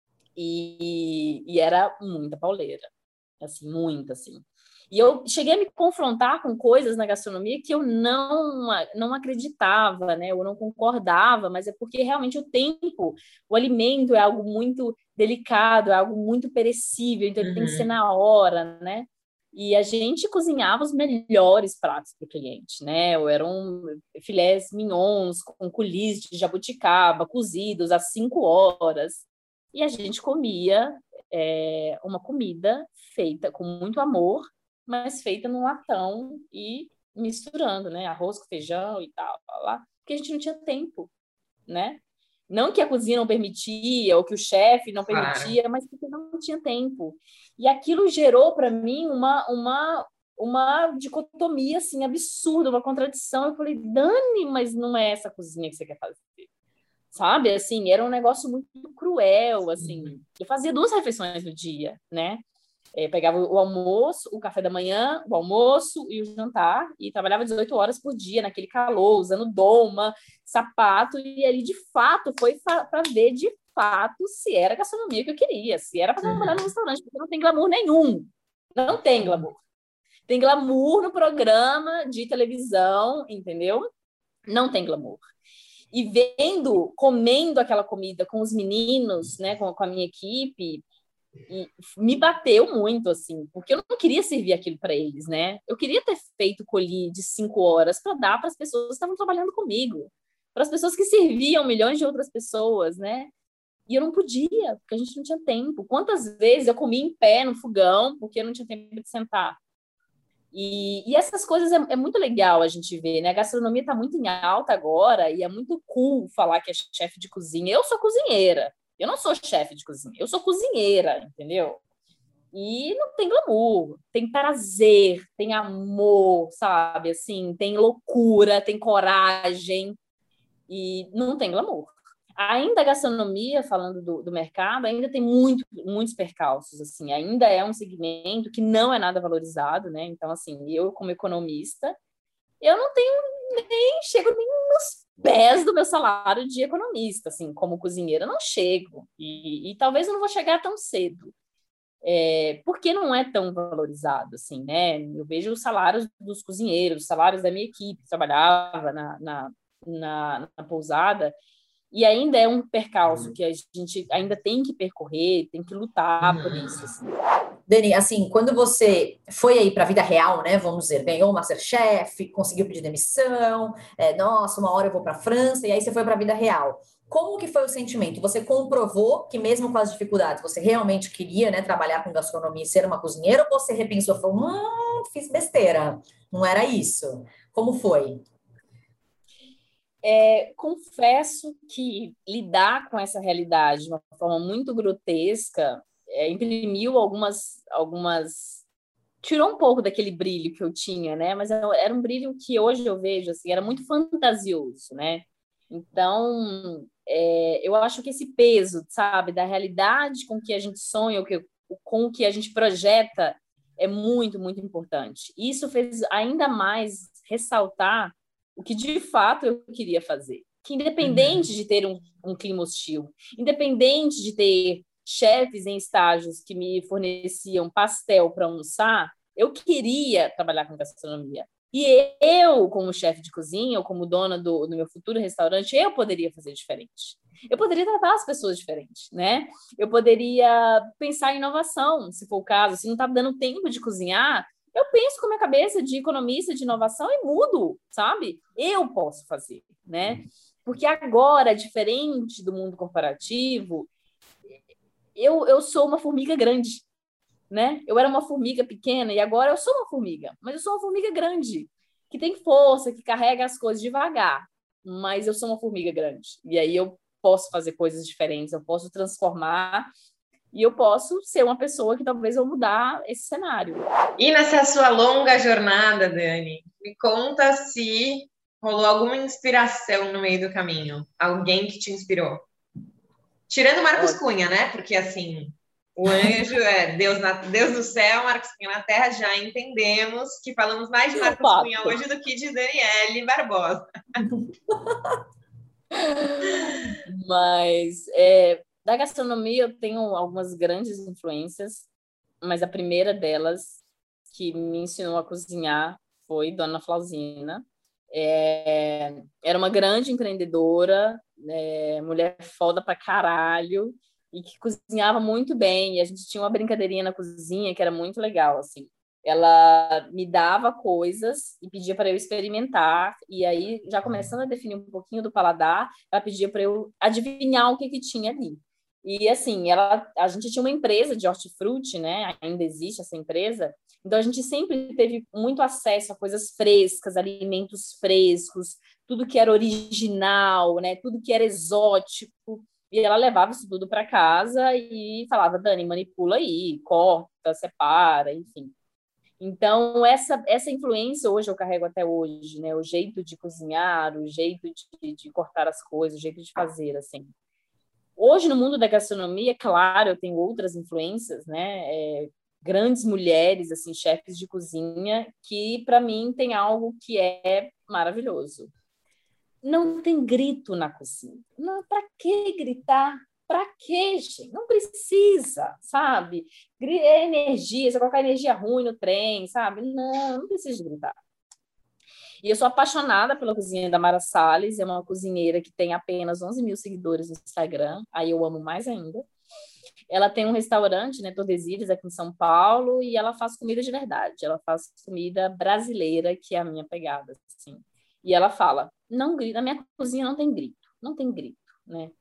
e, e era muita pauleira, assim, muita, assim. E eu cheguei a me confrontar com coisas na gastronomia que eu não, não acreditava, né? Eu não concordava, mas é porque realmente o tempo, o alimento é algo muito delicado, é algo muito perecível, então ele uhum. tem que ser na hora, né? E a gente cozinhava os melhores pratos para o cliente, né? Eram filés mignons com coulis de jabuticaba, cozidos às cinco horas. E a gente comia é, uma comida feita com muito amor, mas feita num latão e misturando, né? Arroz com feijão e tal, lá, porque a gente não tinha tempo, né? Não que a cozinha não permitia, ou que o chefe não permitia, claro. Mas porque não tinha tempo. E aquilo gerou para mim uma, uma, uma dicotomia assim, absurda, uma contradição. Eu falei, Dani, mas não é essa cozinha que você quer fazer. Sabe, assim, era um negócio muito cruel, assim. Eu fazia duas refeições no dia, né? É, pegava o almoço, o café da manhã, o almoço e o jantar, e trabalhava dezoito horas por dia, naquele calor, usando doma, sapato, e ali, de fato, foi para ver, de fato, se era a gastronomia que eu queria, se era para trabalhar no restaurante, porque não tem glamour nenhum. Não tem glamour. Tem glamour no programa de televisão, entendeu? Não tem glamour. E vendo, comendo aquela comida com os meninos, né, com, com a minha equipe, e me bateu muito, assim, porque eu não queria servir aquilo para eles, né? Eu queria ter feito colhi de cinco horas para dar para as pessoas que estavam trabalhando comigo, para as pessoas que serviam milhões de outras pessoas, né? E eu não podia, porque a gente não tinha tempo. Quantas vezes eu comi em pé no fogão porque eu não tinha tempo de sentar? E, e essas coisas é, é muito legal a gente ver, né? A gastronomia está muito em alta agora e é muito cool falar que é chefe de cozinha. Eu sou cozinheira, eu não sou chefe de cozinha, eu sou cozinheira, entendeu? E não tem glamour, tem prazer, tem amor, sabe? Assim, tem loucura, tem coragem e não tem glamour. Ainda a gastronomia, falando do, do mercado, ainda tem muito, muitos percalços, assim, ainda é um segmento que não é nada valorizado, né? Então, assim, eu como economista, eu não tenho nem, chego nem nos pés do meu salário de economista, assim, como cozinheira, eu não chego, e, e talvez eu não vou chegar tão cedo, é, porque não é tão valorizado, assim, né? Eu vejo os salários dos cozinheiros, os salários da minha equipe, que trabalhava na, na, na, na pousada, e ainda é um percalço que a gente ainda tem que percorrer, tem que lutar por isso, assim. Dani, assim, quando você foi aí para a vida real, né, vamos dizer, ganhou o MasterChef, conseguiu pedir demissão, é, nossa, uma hora eu vou para a França, e aí você foi para a vida real. Como que foi o sentimento? Você comprovou que mesmo com as dificuldades, você realmente queria, né, trabalhar com gastronomia e ser uma cozinheira, ou você repensou e falou, hum, fiz besteira, não era isso? Como foi? É, confesso que lidar com essa realidade de uma forma muito grotesca é, imprimiu algumas, algumas... Tirou um pouco daquele brilho que eu tinha, né? Mas era um brilho que hoje eu vejo, assim, era muito fantasioso, né? Então, é, eu acho que esse peso, sabe, da realidade com que a gente sonha, com o que a gente projeta, é muito, muito importante. Isso fez ainda mais ressaltar o que de fato eu queria fazer. Que independente uhum. de ter um, um clima hostil, independente de ter chefes em estágios que me forneciam pastel para almoçar, eu queria trabalhar com gastronomia. E eu, como chefe de cozinha, ou como dona do, do meu futuro restaurante, eu poderia fazer diferente. Eu poderia tratar as pessoas diferente, né? Eu poderia pensar em inovação, se for o caso. Se não está dando tempo de cozinhar, eu penso com a minha cabeça de economista, de inovação e mudo, sabe? Eu posso fazer, né? Porque agora, diferente do mundo corporativo, eu, eu sou uma formiga grande, né? Eu era uma formiga pequena e agora eu sou uma formiga, mas eu sou uma formiga grande, que tem força, que carrega as coisas devagar, mas eu sou uma formiga grande. E aí eu posso fazer coisas diferentes, eu posso transformar e eu posso ser uma pessoa que talvez eu mudar esse cenário. E nessa sua longa jornada, Dani, me conta se rolou alguma inspiração no meio do caminho, alguém que te inspirou. Tirando Marcos Ótimo. Cunha, né? Porque assim, o anjo é Deus, na, Deus do céu, Marcos Cunha na terra, já entendemos que falamos mais de Marcos Pato. Cunha hoje do que de Daniele Barbosa. Mas é, da gastronomia eu tenho algumas grandes influências, mas a primeira delas que me ensinou a cozinhar foi Dona Flauzina. É, era uma grande empreendedora, é, mulher foda pra caralho, e que cozinhava muito bem, e a gente tinha uma brincadeirinha na cozinha que era muito legal, assim. Ela me dava coisas e pedia para eu experimentar, e aí, já começando a definir um pouquinho do paladar, ela pedia para eu adivinhar o que que tinha ali. E, assim, ela, a gente tinha uma empresa de hortifruti, né? Ainda existe essa empresa, então a gente sempre teve muito acesso a coisas frescas, alimentos frescos, tudo que era original, né? Tudo que era exótico. E ela levava isso tudo para casa e falava, Dani, manipula aí, corta, separa, enfim. Então, essa, essa influência hoje eu carrego até hoje, né? O jeito de cozinhar, o jeito de, de cortar as coisas, o jeito de fazer, assim. Hoje, no mundo da gastronomia, claro, eu tenho outras influências, né? É, grandes mulheres, assim, chefes de cozinha, que, para mim, tem algo que é maravilhoso. Não tem grito na cozinha. Não, para que gritar? Para que, gente? Não precisa, sabe? É energia, você colocar energia ruim no trem, sabe? Não, não precisa de gritar. E eu sou apaixonada pela cozinha da Mara Salles, é uma cozinheira que tem apenas onze mil seguidores no Instagram, aí eu amo mais ainda. Ela tem um restaurante, né, Tordesilhas, aqui em São Paulo, e ela faz comida de verdade, ela faz comida brasileira, que é a minha pegada, assim. E ela fala, não grita, na minha cozinha não tem grito, não tem grito, né?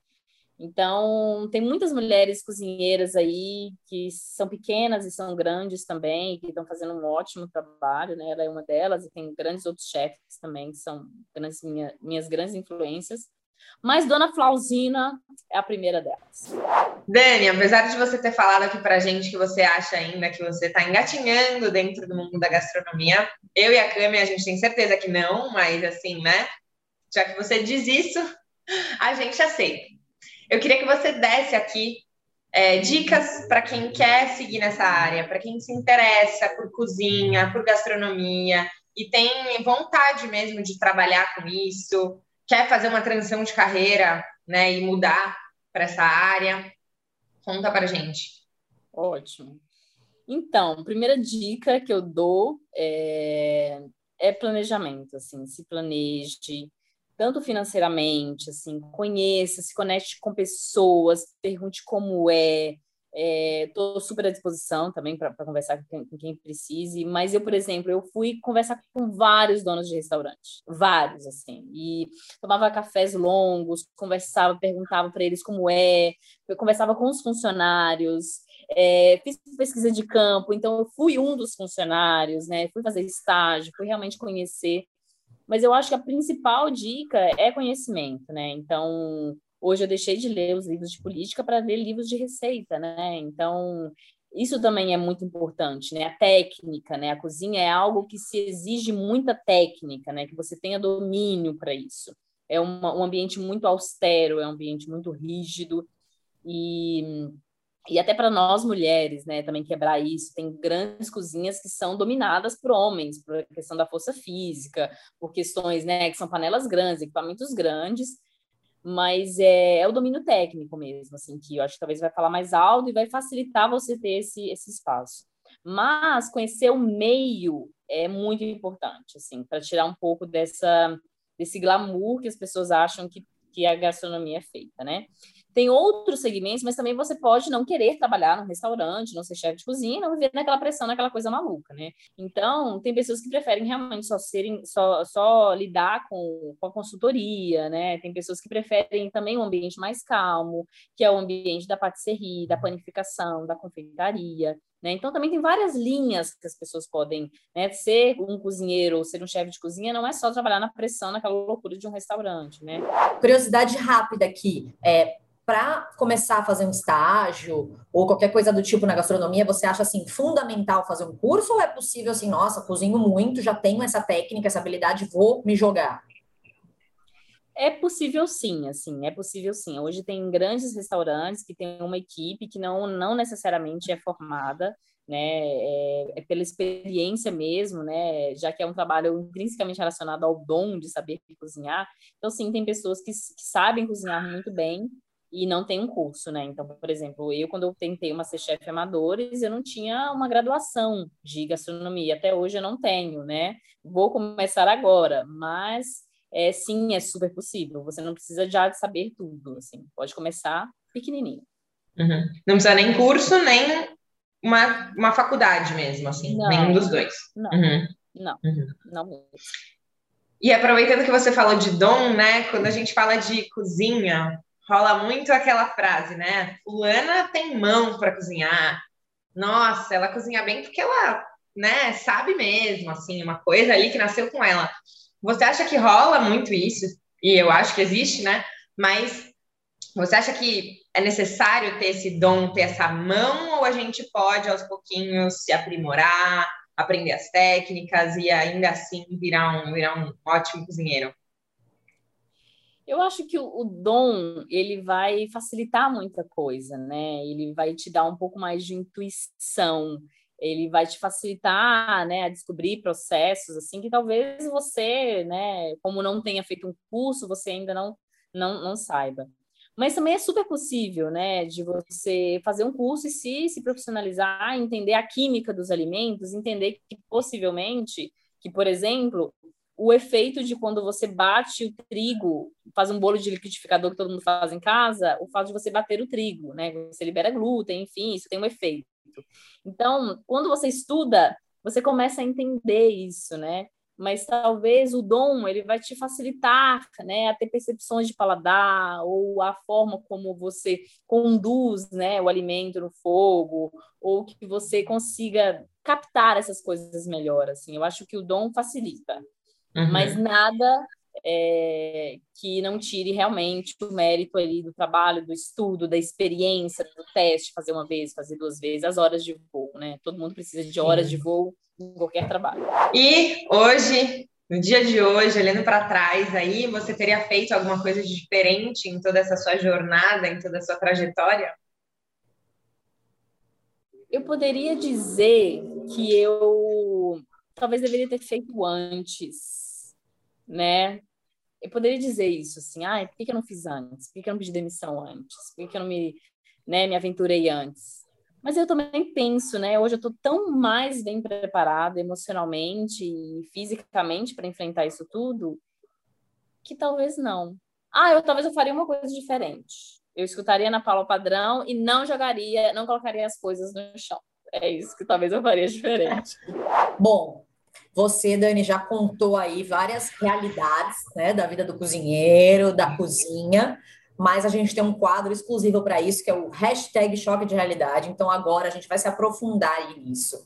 Então, tem muitas mulheres cozinheiras aí que são pequenas e são grandes também, que estão fazendo um ótimo trabalho, né? Ela é uma delas, e tem grandes outros chefes também, que são grandes, minha, minhas grandes influências. Mas Dona Flauzina é a primeira delas. Dani, apesar de você ter falado aqui pra gente que você acha ainda que você está engatinhando dentro do mundo da gastronomia, eu e a Cami, a gente tem certeza que não, mas assim, né? Já que você diz isso, a gente aceita. Eu queria que você desse aqui é, dicas para quem quer seguir nessa área, para quem se interessa por cozinha, por gastronomia e tem vontade mesmo de trabalhar com isso, quer fazer uma transição de carreira, né, e mudar para essa área? Conta para gente. Ótimo. Então, primeira dica que eu dou é, é planejamento, assim, se planeje, tanto financeiramente, assim, conheça, se conecte com pessoas, pergunte como é, estou super à disposição também para conversar com quem, com quem precise, mas eu, por exemplo, eu fui conversar com vários donos de restaurante, vários, assim, e tomava cafés longos, conversava, perguntava para eles como é, eu conversava com os funcionários, é, fiz pesquisa de campo, então eu fui um dos funcionários, né, fui fazer estágio, fui realmente conhecer, mas eu acho que a principal dica é conhecimento, né, então... Hoje eu deixei de ler os livros de política para ler livros de receita, né? Então, isso também é muito importante, né? A técnica, né? A cozinha é algo que se exige muita técnica, né? Que você tenha domínio para isso. É uma, um ambiente muito austero, é um ambiente muito rígido e, e até para nós mulheres, né? Também quebrar isso. Tem grandes cozinhas que são dominadas por homens, por questão da força física, por questões, né? Que são panelas grandes, equipamentos grandes, mas é, é o domínio técnico mesmo, assim, que eu acho que talvez vai falar mais alto e vai facilitar você ter esse, esse espaço. Mas conhecer o meio é muito importante, assim, para tirar um pouco dessa, desse glamour que as pessoas acham que, que a gastronomia é feita, né? Tem outros segmentos, mas também você pode não querer trabalhar num restaurante, não ser chefe de cozinha, não viver naquela pressão, naquela coisa maluca, né? Então, tem pessoas que preferem realmente só serem, só, só lidar com, com a consultoria, né? Tem pessoas que preferem também um ambiente mais calmo, que é o ambiente da patisserie, da panificação, da confeitaria, né? Então, também tem várias linhas que as pessoas podem, né? Ser um cozinheiro ou ser um chefe de cozinha não é só trabalhar na pressão, naquela loucura de um restaurante, né? Curiosidade rápida aqui, é, para começar a fazer um estágio ou qualquer coisa do tipo na gastronomia, você acha assim fundamental fazer um curso ou é possível assim, nossa, cozinho muito, já tenho essa técnica, essa habilidade, vou me jogar? É possível sim, assim, é possível sim. Hoje tem grandes restaurantes que têm uma equipe que não, não necessariamente é formada, né, é, é pela experiência mesmo, né, já que é um trabalho intrinsecamente relacionado ao dom de saber cozinhar. Então, sim, tem pessoas que, que sabem cozinhar muito bem e não tem um curso, né? Então, por exemplo, eu, quando eu tentei uma MasterChef Amadores, eu não tinha uma graduação de gastronomia. Até hoje eu não tenho, né? Vou começar agora, mas... É, sim, é super possível. Você não precisa já de saber tudo, assim. Pode começar pequenininho. Uhum. Não precisa nem curso, nem uma, uma faculdade mesmo, assim. Nenhum dos Não, dois. não, Uhum. não, Uhum. não mesmo. E aproveitando que você falou de dom, né? Quando a gente fala de cozinha, rola muito aquela frase, né? Fulana tem mão para cozinhar. Nossa, ela cozinha bem porque ela, né, sabe mesmo, assim, uma coisa ali que nasceu com ela. Você acha que rola muito isso? E eu acho que existe, né? Mas você acha que é necessário ter esse dom, ter essa mão, ou a gente pode, aos pouquinhos, se aprimorar, aprender as técnicas e ainda assim virar um, virar um ótimo cozinheiro? Eu acho que o, o dom, ele vai facilitar muita coisa, né? Ele vai te dar um pouco mais de intuição, ele vai te facilitar, né, a descobrir processos, assim, que talvez você, né, como não tenha feito um curso, você ainda não, não, não saiba. Mas também é super possível, né, de você fazer um curso e se, se profissionalizar, entender a química dos alimentos, entender que possivelmente, que, por exemplo, o efeito de quando você bate o trigo, faz um bolo de liquidificador que todo mundo faz em casa, o fato de você bater o trigo, né? Você libera glúten, enfim, isso tem um efeito. Então, quando você estuda, você começa a entender isso, né? Mas talvez o dom ele vai te facilitar, né, a ter percepções de paladar ou a forma como você conduz, né, o alimento no fogo, ou que você consiga captar essas coisas melhor, assim. Eu acho que o dom facilita, mas Uhum. nada é, que não tire realmente o mérito ali do trabalho, do estudo, da experiência, do teste, fazer uma vez, fazer duas vezes, as horas de voo, né? Todo mundo precisa de horas de Sim. voo em qualquer trabalho. E hoje, no dia de hoje, olhando para trás aí, você teria feito alguma coisa de diferente em toda essa sua jornada, em toda a sua trajetória? Eu poderia dizer que eu talvez deveria ter feito antes, né? eu poderia dizer isso, assim, ah, por que que eu não fiz antes? Por que que eu não pedi demissão antes? Por que que eu não me, né, me aventurei antes? Mas eu também penso, né, hoje eu estou tão mais bem preparada emocionalmente e fisicamente para enfrentar isso tudo, que talvez não. Ah, eu talvez eu faria uma coisa diferente. Eu escutaria na Paula Padrão e não jogaria, não colocaria as coisas no chão. É isso que talvez eu faria diferente. Bom, você, Dani, já contou aí várias realidades, né, da vida do cozinheiro, da cozinha, mas a gente tem um quadro exclusivo para isso, que é o hashtag Choque de Realidade. Então agora a gente vai se aprofundar aí nisso.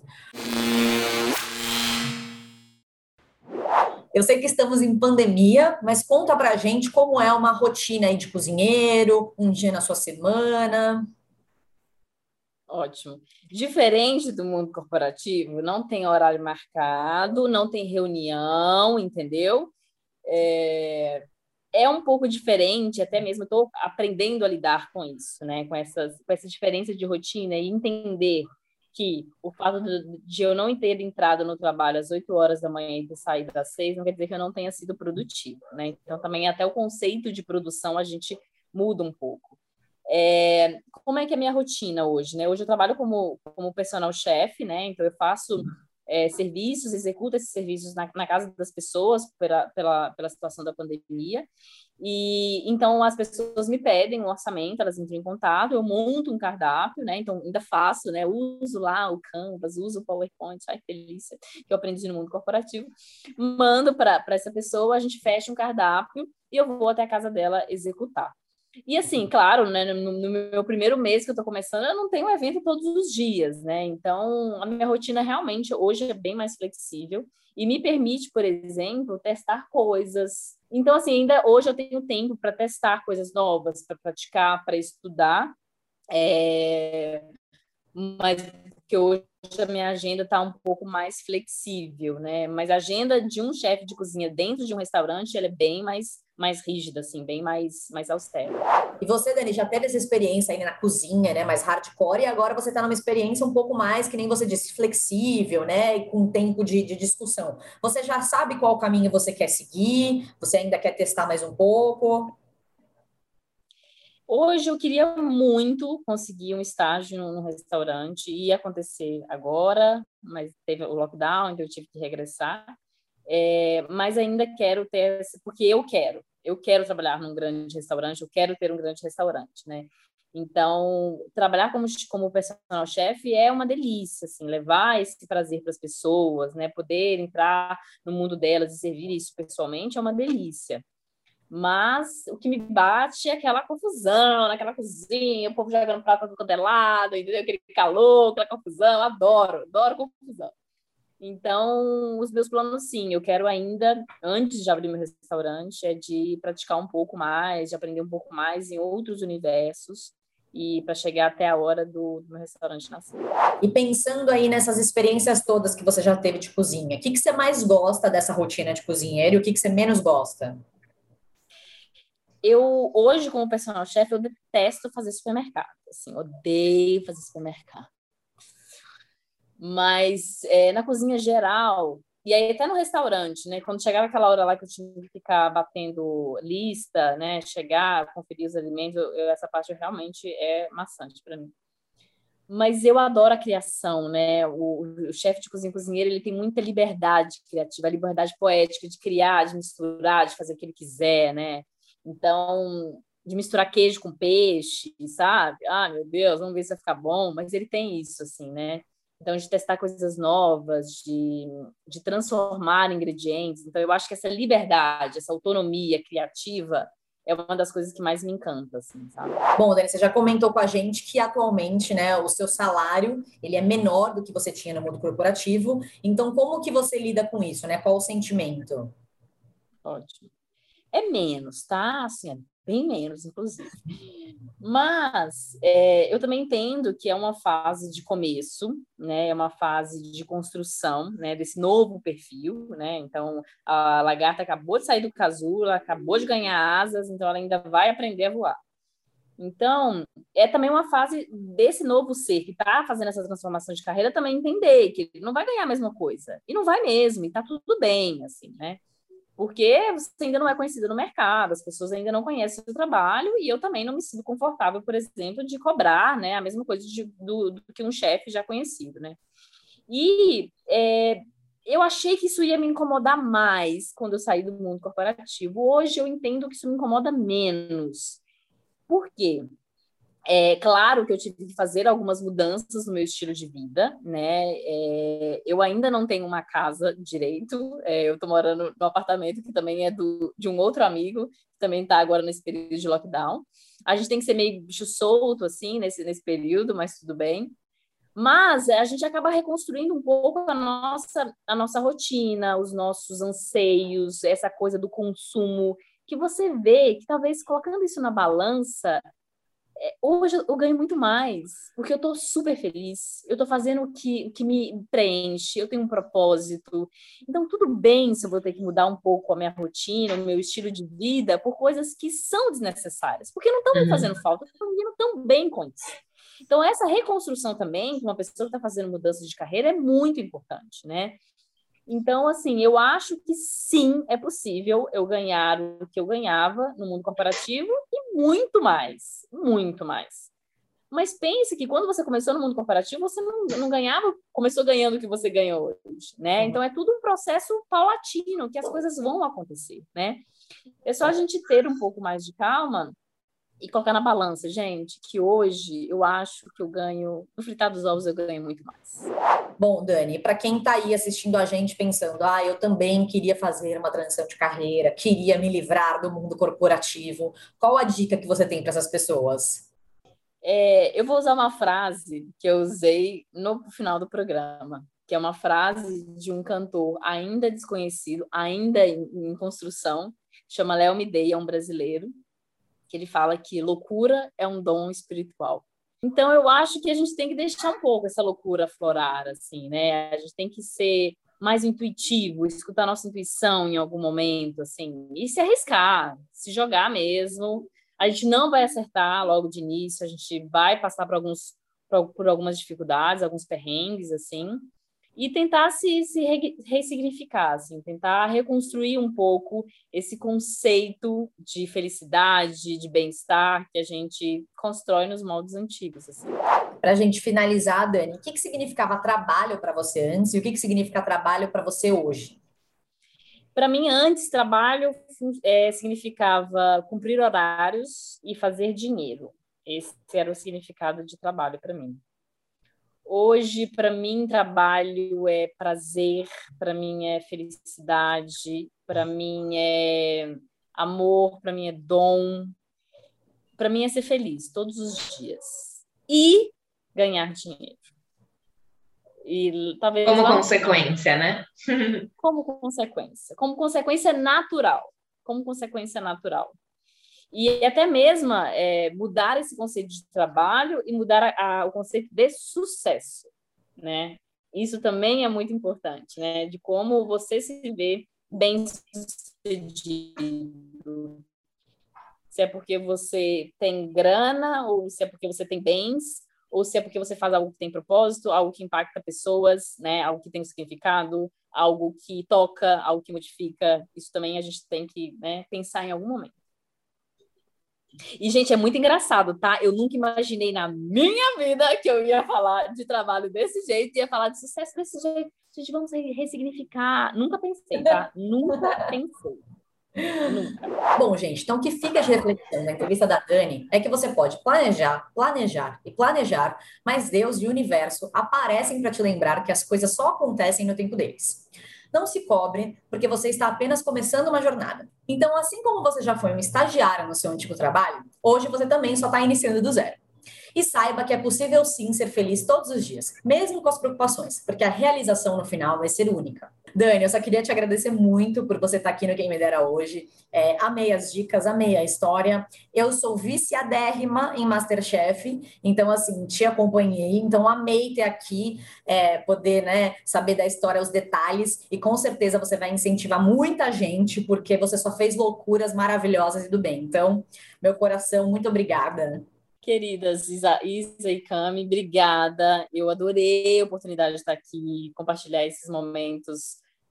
Eu sei que estamos em pandemia, mas conta pra gente como é uma rotina aí de cozinheiro, um dia na sua semana. Ótimo. Diferente do mundo corporativo, não tem horário marcado, não tem reunião, entendeu? É, é um pouco diferente, até mesmo estou aprendendo a lidar com isso, né? Com essas, com essa diferença de rotina e entender que o fato de, de eu não ter entrado no trabalho às oito horas da manhã e ter saído às seis não quer dizer que eu não tenha sido produtivo, né? Então, também até o conceito de produção a gente muda um pouco. É, como é que é a minha rotina hoje, né? Hoje eu trabalho como, como personal chef, né? Então eu faço é, serviços, executo esses serviços na, na casa das pessoas pela, pela, pela situação da pandemia. E então as pessoas me pedem um orçamento, elas entram em contato, eu monto um cardápio, né? Então ainda faço, né? Uso lá o Canvas, uso o PowerPoint, ai que delícia, que eu aprendi no mundo corporativo. Mando para essa pessoa, a gente fecha um cardápio e eu vou até a casa dela executar. E assim, claro, né, no, no meu primeiro mês que eu estou começando, eu não tenho evento todos os dias, né? Então, a minha rotina realmente hoje é bem mais flexível e me permite, por exemplo, testar coisas. Então, assim, ainda hoje eu tenho tempo para testar coisas novas, para praticar, para estudar, é... mas que hoje a minha agenda está um pouco mais flexível, né? Mas a agenda de um chefe de cozinha dentro de um restaurante, ela é bem mais mais rígida, assim, bem mais, mais austera. E você, Dani, já teve essa experiência aí na cozinha, né, mais hardcore, e agora você está numa experiência um pouco mais, que nem você disse, flexível, né, e com tempo de, de discussão. Você já sabe qual caminho você quer seguir? Você ainda quer testar mais um pouco? Hoje eu queria muito conseguir um estágio no, no restaurante, ia acontecer agora, mas teve o lockdown, então eu tive que regressar. É, mas ainda quero ter, porque eu quero, eu quero trabalhar num grande restaurante, eu quero ter um grande restaurante, né? Então, trabalhar como, como personal chef é uma delícia, assim, levar esse prazer para as pessoas, né? Poder entrar no mundo delas e servir isso pessoalmente é uma delícia. Mas o que me bate é aquela confusão naquela cozinha, o povo jogando prato do todo lado, entendeu? Aquele calor, aquela confusão, adoro, adoro confusão. Então, os meus planos, sim, eu quero ainda, antes de abrir meu restaurante, é de praticar um pouco mais, de aprender um pouco mais em outros universos e para chegar até a hora do, do meu restaurante nascer. E pensando aí nessas experiências todas que você já teve de cozinha, o que, que você mais gosta dessa rotina de cozinheiro e o que, que você menos gosta? Eu, hoje, como personal chef, eu detesto fazer supermercado, assim, odeio fazer supermercado. Mas é, na cozinha geral, e aí até no restaurante, né? Quando chegava aquela hora lá que eu tinha que ficar batendo lista, né? Chegar, conferir os alimentos, eu, eu, essa parte realmente é maçante para mim. Mas eu adoro a criação, né? O, o chefe de cozinha cozinheiro, ele tem muita liberdade criativa, a liberdade poética de criar, de misturar, de fazer o que ele quiser, né? Então, de misturar queijo com peixe, sabe? Ah, meu Deus, vamos ver se vai ficar bom. Mas ele tem isso, assim, né? Então, de testar coisas novas, de, de transformar ingredientes. Então, eu acho que essa liberdade, essa autonomia criativa é uma das coisas que mais me encanta, assim, sabe? Bom, Dani, você já comentou com a gente que atualmente, né, o seu salário, ele é menor do que você tinha no mundo corporativo. Então, como que você lida com isso, né? Qual o sentimento? Ótimo. É menos, tá? Assim, é bem menos, inclusive. Mas é, eu também entendo que é uma fase de começo, né? É uma fase de construção, né? Desse novo perfil, né? Então, a lagarta acabou de sair do casulo, ela acabou de ganhar asas, então ela ainda vai aprender a voar. Então, é também uma fase desse novo ser que está fazendo essa transformação de carreira também entender que ele não vai ganhar a mesma coisa. E não vai mesmo, e tá tudo bem, assim, né? Porque você ainda não é conhecida no mercado, as pessoas ainda não conhecem o seu trabalho, e eu também não me sinto confortável, por exemplo, de cobrar, né, a mesma coisa de, do, do que um chefe já conhecido, né? E é, eu achei que isso ia me incomodar mais quando eu saí do mundo corporativo. Hoje eu entendo que isso me incomoda menos. Por quê? É claro que eu tive que fazer algumas mudanças no meu estilo de vida, né? É, eu ainda não tenho uma casa direito, é, eu estou morando num apartamento que também é do, de um outro amigo, que também está agora nesse período de lockdown. A gente tem que ser meio bicho solto, assim, nesse, nesse período, mas tudo bem. Mas a gente acaba reconstruindo um pouco a nossa, a nossa rotina, os nossos anseios, essa coisa do consumo, que você vê que talvez colocando isso na balança, hoje eu ganho muito mais, porque eu estou super feliz, eu estou fazendo o que, o que me preenche, eu tenho um propósito. Então, tudo bem se eu vou ter que mudar um pouco a minha rotina, o meu estilo de vida, por coisas que são desnecessárias, porque não estão me fazendo falta, eu estou indo tão bem com isso. Então, essa reconstrução também, de uma pessoa que está fazendo mudança de carreira, é muito importante, né? Então, assim, eu acho que sim, é possível eu ganhar o que eu ganhava no mundo corporativo e muito mais, muito mais. Mas pense que quando você começou no mundo corporativo, você não, não ganhava, começou ganhando o que você ganha hoje, né? Então, é tudo um processo paulatino, que as coisas vão acontecer, né? É só a gente ter um pouco mais de calma e colocar na balança, gente, que hoje eu acho que eu ganho, no fritar dos ovos eu ganho muito mais. Bom, Dani, para quem está aí assistindo a gente pensando, ah, eu também queria fazer uma transição de carreira, queria me livrar do mundo corporativo, qual a dica que você tem para essas pessoas? É, eu vou usar uma frase que eu usei no final do programa, que é uma frase de um cantor ainda desconhecido, ainda em, em construção, chama Léo Midei, é um brasileiro, que ele fala que loucura é um dom espiritual. Então, eu acho que a gente tem que deixar um pouco essa loucura florar, assim, né? A gente tem que ser mais intuitivo, escutar a nossa intuição em algum momento, assim, e se arriscar, se jogar mesmo. A gente não vai acertar logo de início, a gente vai passar por, alguns, por, por algumas dificuldades, alguns perrengues, assim, e tentar se, se re, ressignificar, assim, tentar reconstruir um pouco esse conceito de felicidade, de bem-estar que a gente constrói nos moldes antigos. Assim. Para a gente finalizar, Dani, o que, que significava trabalho para você antes e o que, que significa trabalho para você hoje? Para mim, antes, trabalho é, significava cumprir horários e fazer dinheiro. Esse era o significado de trabalho para mim. Hoje, para mim, trabalho é prazer, para mim é felicidade, para mim é amor, para mim é dom, para mim é ser feliz todos os dias e ganhar dinheiro. E talvez como consequência, né? Como consequência, como consequência natural, como consequência natural. E até mesmo é, mudar esse conceito de trabalho e mudar a, a, o conceito de sucesso, né? Isso também é muito importante, né? De como você se vê bem-sucedido. Se é porque você tem grana, ou se é porque você tem bens, ou se é porque você faz algo que tem propósito, algo que impacta pessoas, né? Algo que tem um significado, algo que toca, algo que modifica. Isso também a gente tem que, né, pensar em algum momento. E, gente, é muito engraçado, tá? Eu nunca imaginei na minha vida que eu ia falar de trabalho desse jeito, ia falar de sucesso desse jeito. Gente, vamos ressignificar. Nunca pensei, tá? Nunca pensei. Nunca. Bom, gente, então o que fica de reflexão na entrevista da Dani é que você pode planejar, planejar e planejar, mas Deus e o universo aparecem para te lembrar que as coisas só acontecem no tempo deles. Não se cobre, porque você está apenas começando uma jornada. Então, assim como você já foi um estagiário no seu antigo trabalho, hoje você também só está iniciando do zero. E saiba que é possível sim ser feliz todos os dias, mesmo com as preocupações, porque a realização no final vai ser única. Dani, eu só queria te agradecer muito por você estar aqui no Quem Me Dera hoje. É, amei as dicas, amei a história. Eu sou viciadérrima em MasterChef, então, assim, te acompanhei. Então, amei ter aqui, é, poder, né, saber da história, os detalhes. E com certeza você vai incentivar muita gente, porque você só fez loucuras maravilhosas e do bem. Então, meu coração, muito obrigada. Queridas Isa, Isa e Cami, obrigada. Eu adorei a oportunidade de estar aqui, compartilhar esses momentos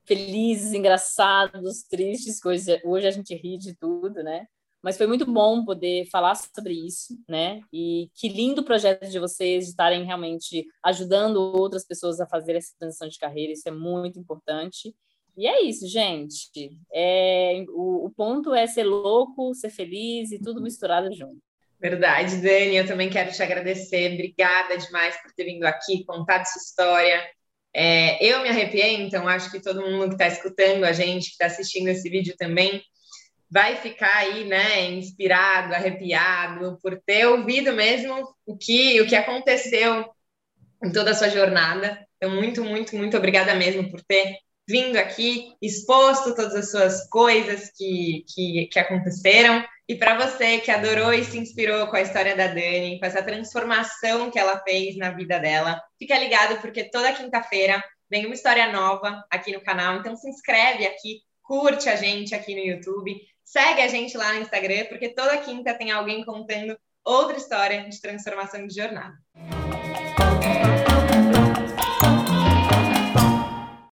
felizes, engraçados, tristes, coisas. Hoje a gente ri de tudo, né? Mas foi muito bom poder falar sobre isso, né? E que lindo projeto de vocês de estarem realmente ajudando outras pessoas a fazer essa transição de carreira. Isso é muito importante. E é isso, gente. É, o, o ponto é ser louco, ser feliz e tudo misturado junto. Verdade, Dani. Eu também quero te agradecer. Obrigada demais por ter vindo aqui, contado sua história. É, eu me arrepiei, então acho que todo mundo que está escutando a gente, que está assistindo esse vídeo também, vai ficar aí, né, inspirado, arrepiado, por ter ouvido mesmo o que, o que aconteceu em toda a sua jornada. Então, muito, muito, muito obrigada mesmo por ter vindo aqui, exposto todas as suas coisas que, que, que aconteceram. E para você que adorou e se inspirou com a história da Dani, com essa transformação que ela fez na vida dela, fica ligado porque toda quinta-feira vem uma história nova aqui no canal. Então, se inscreve aqui, curte a gente aqui no YouTube, segue a gente lá no Instagram, porque toda quinta tem alguém contando outra história de transformação de jornada.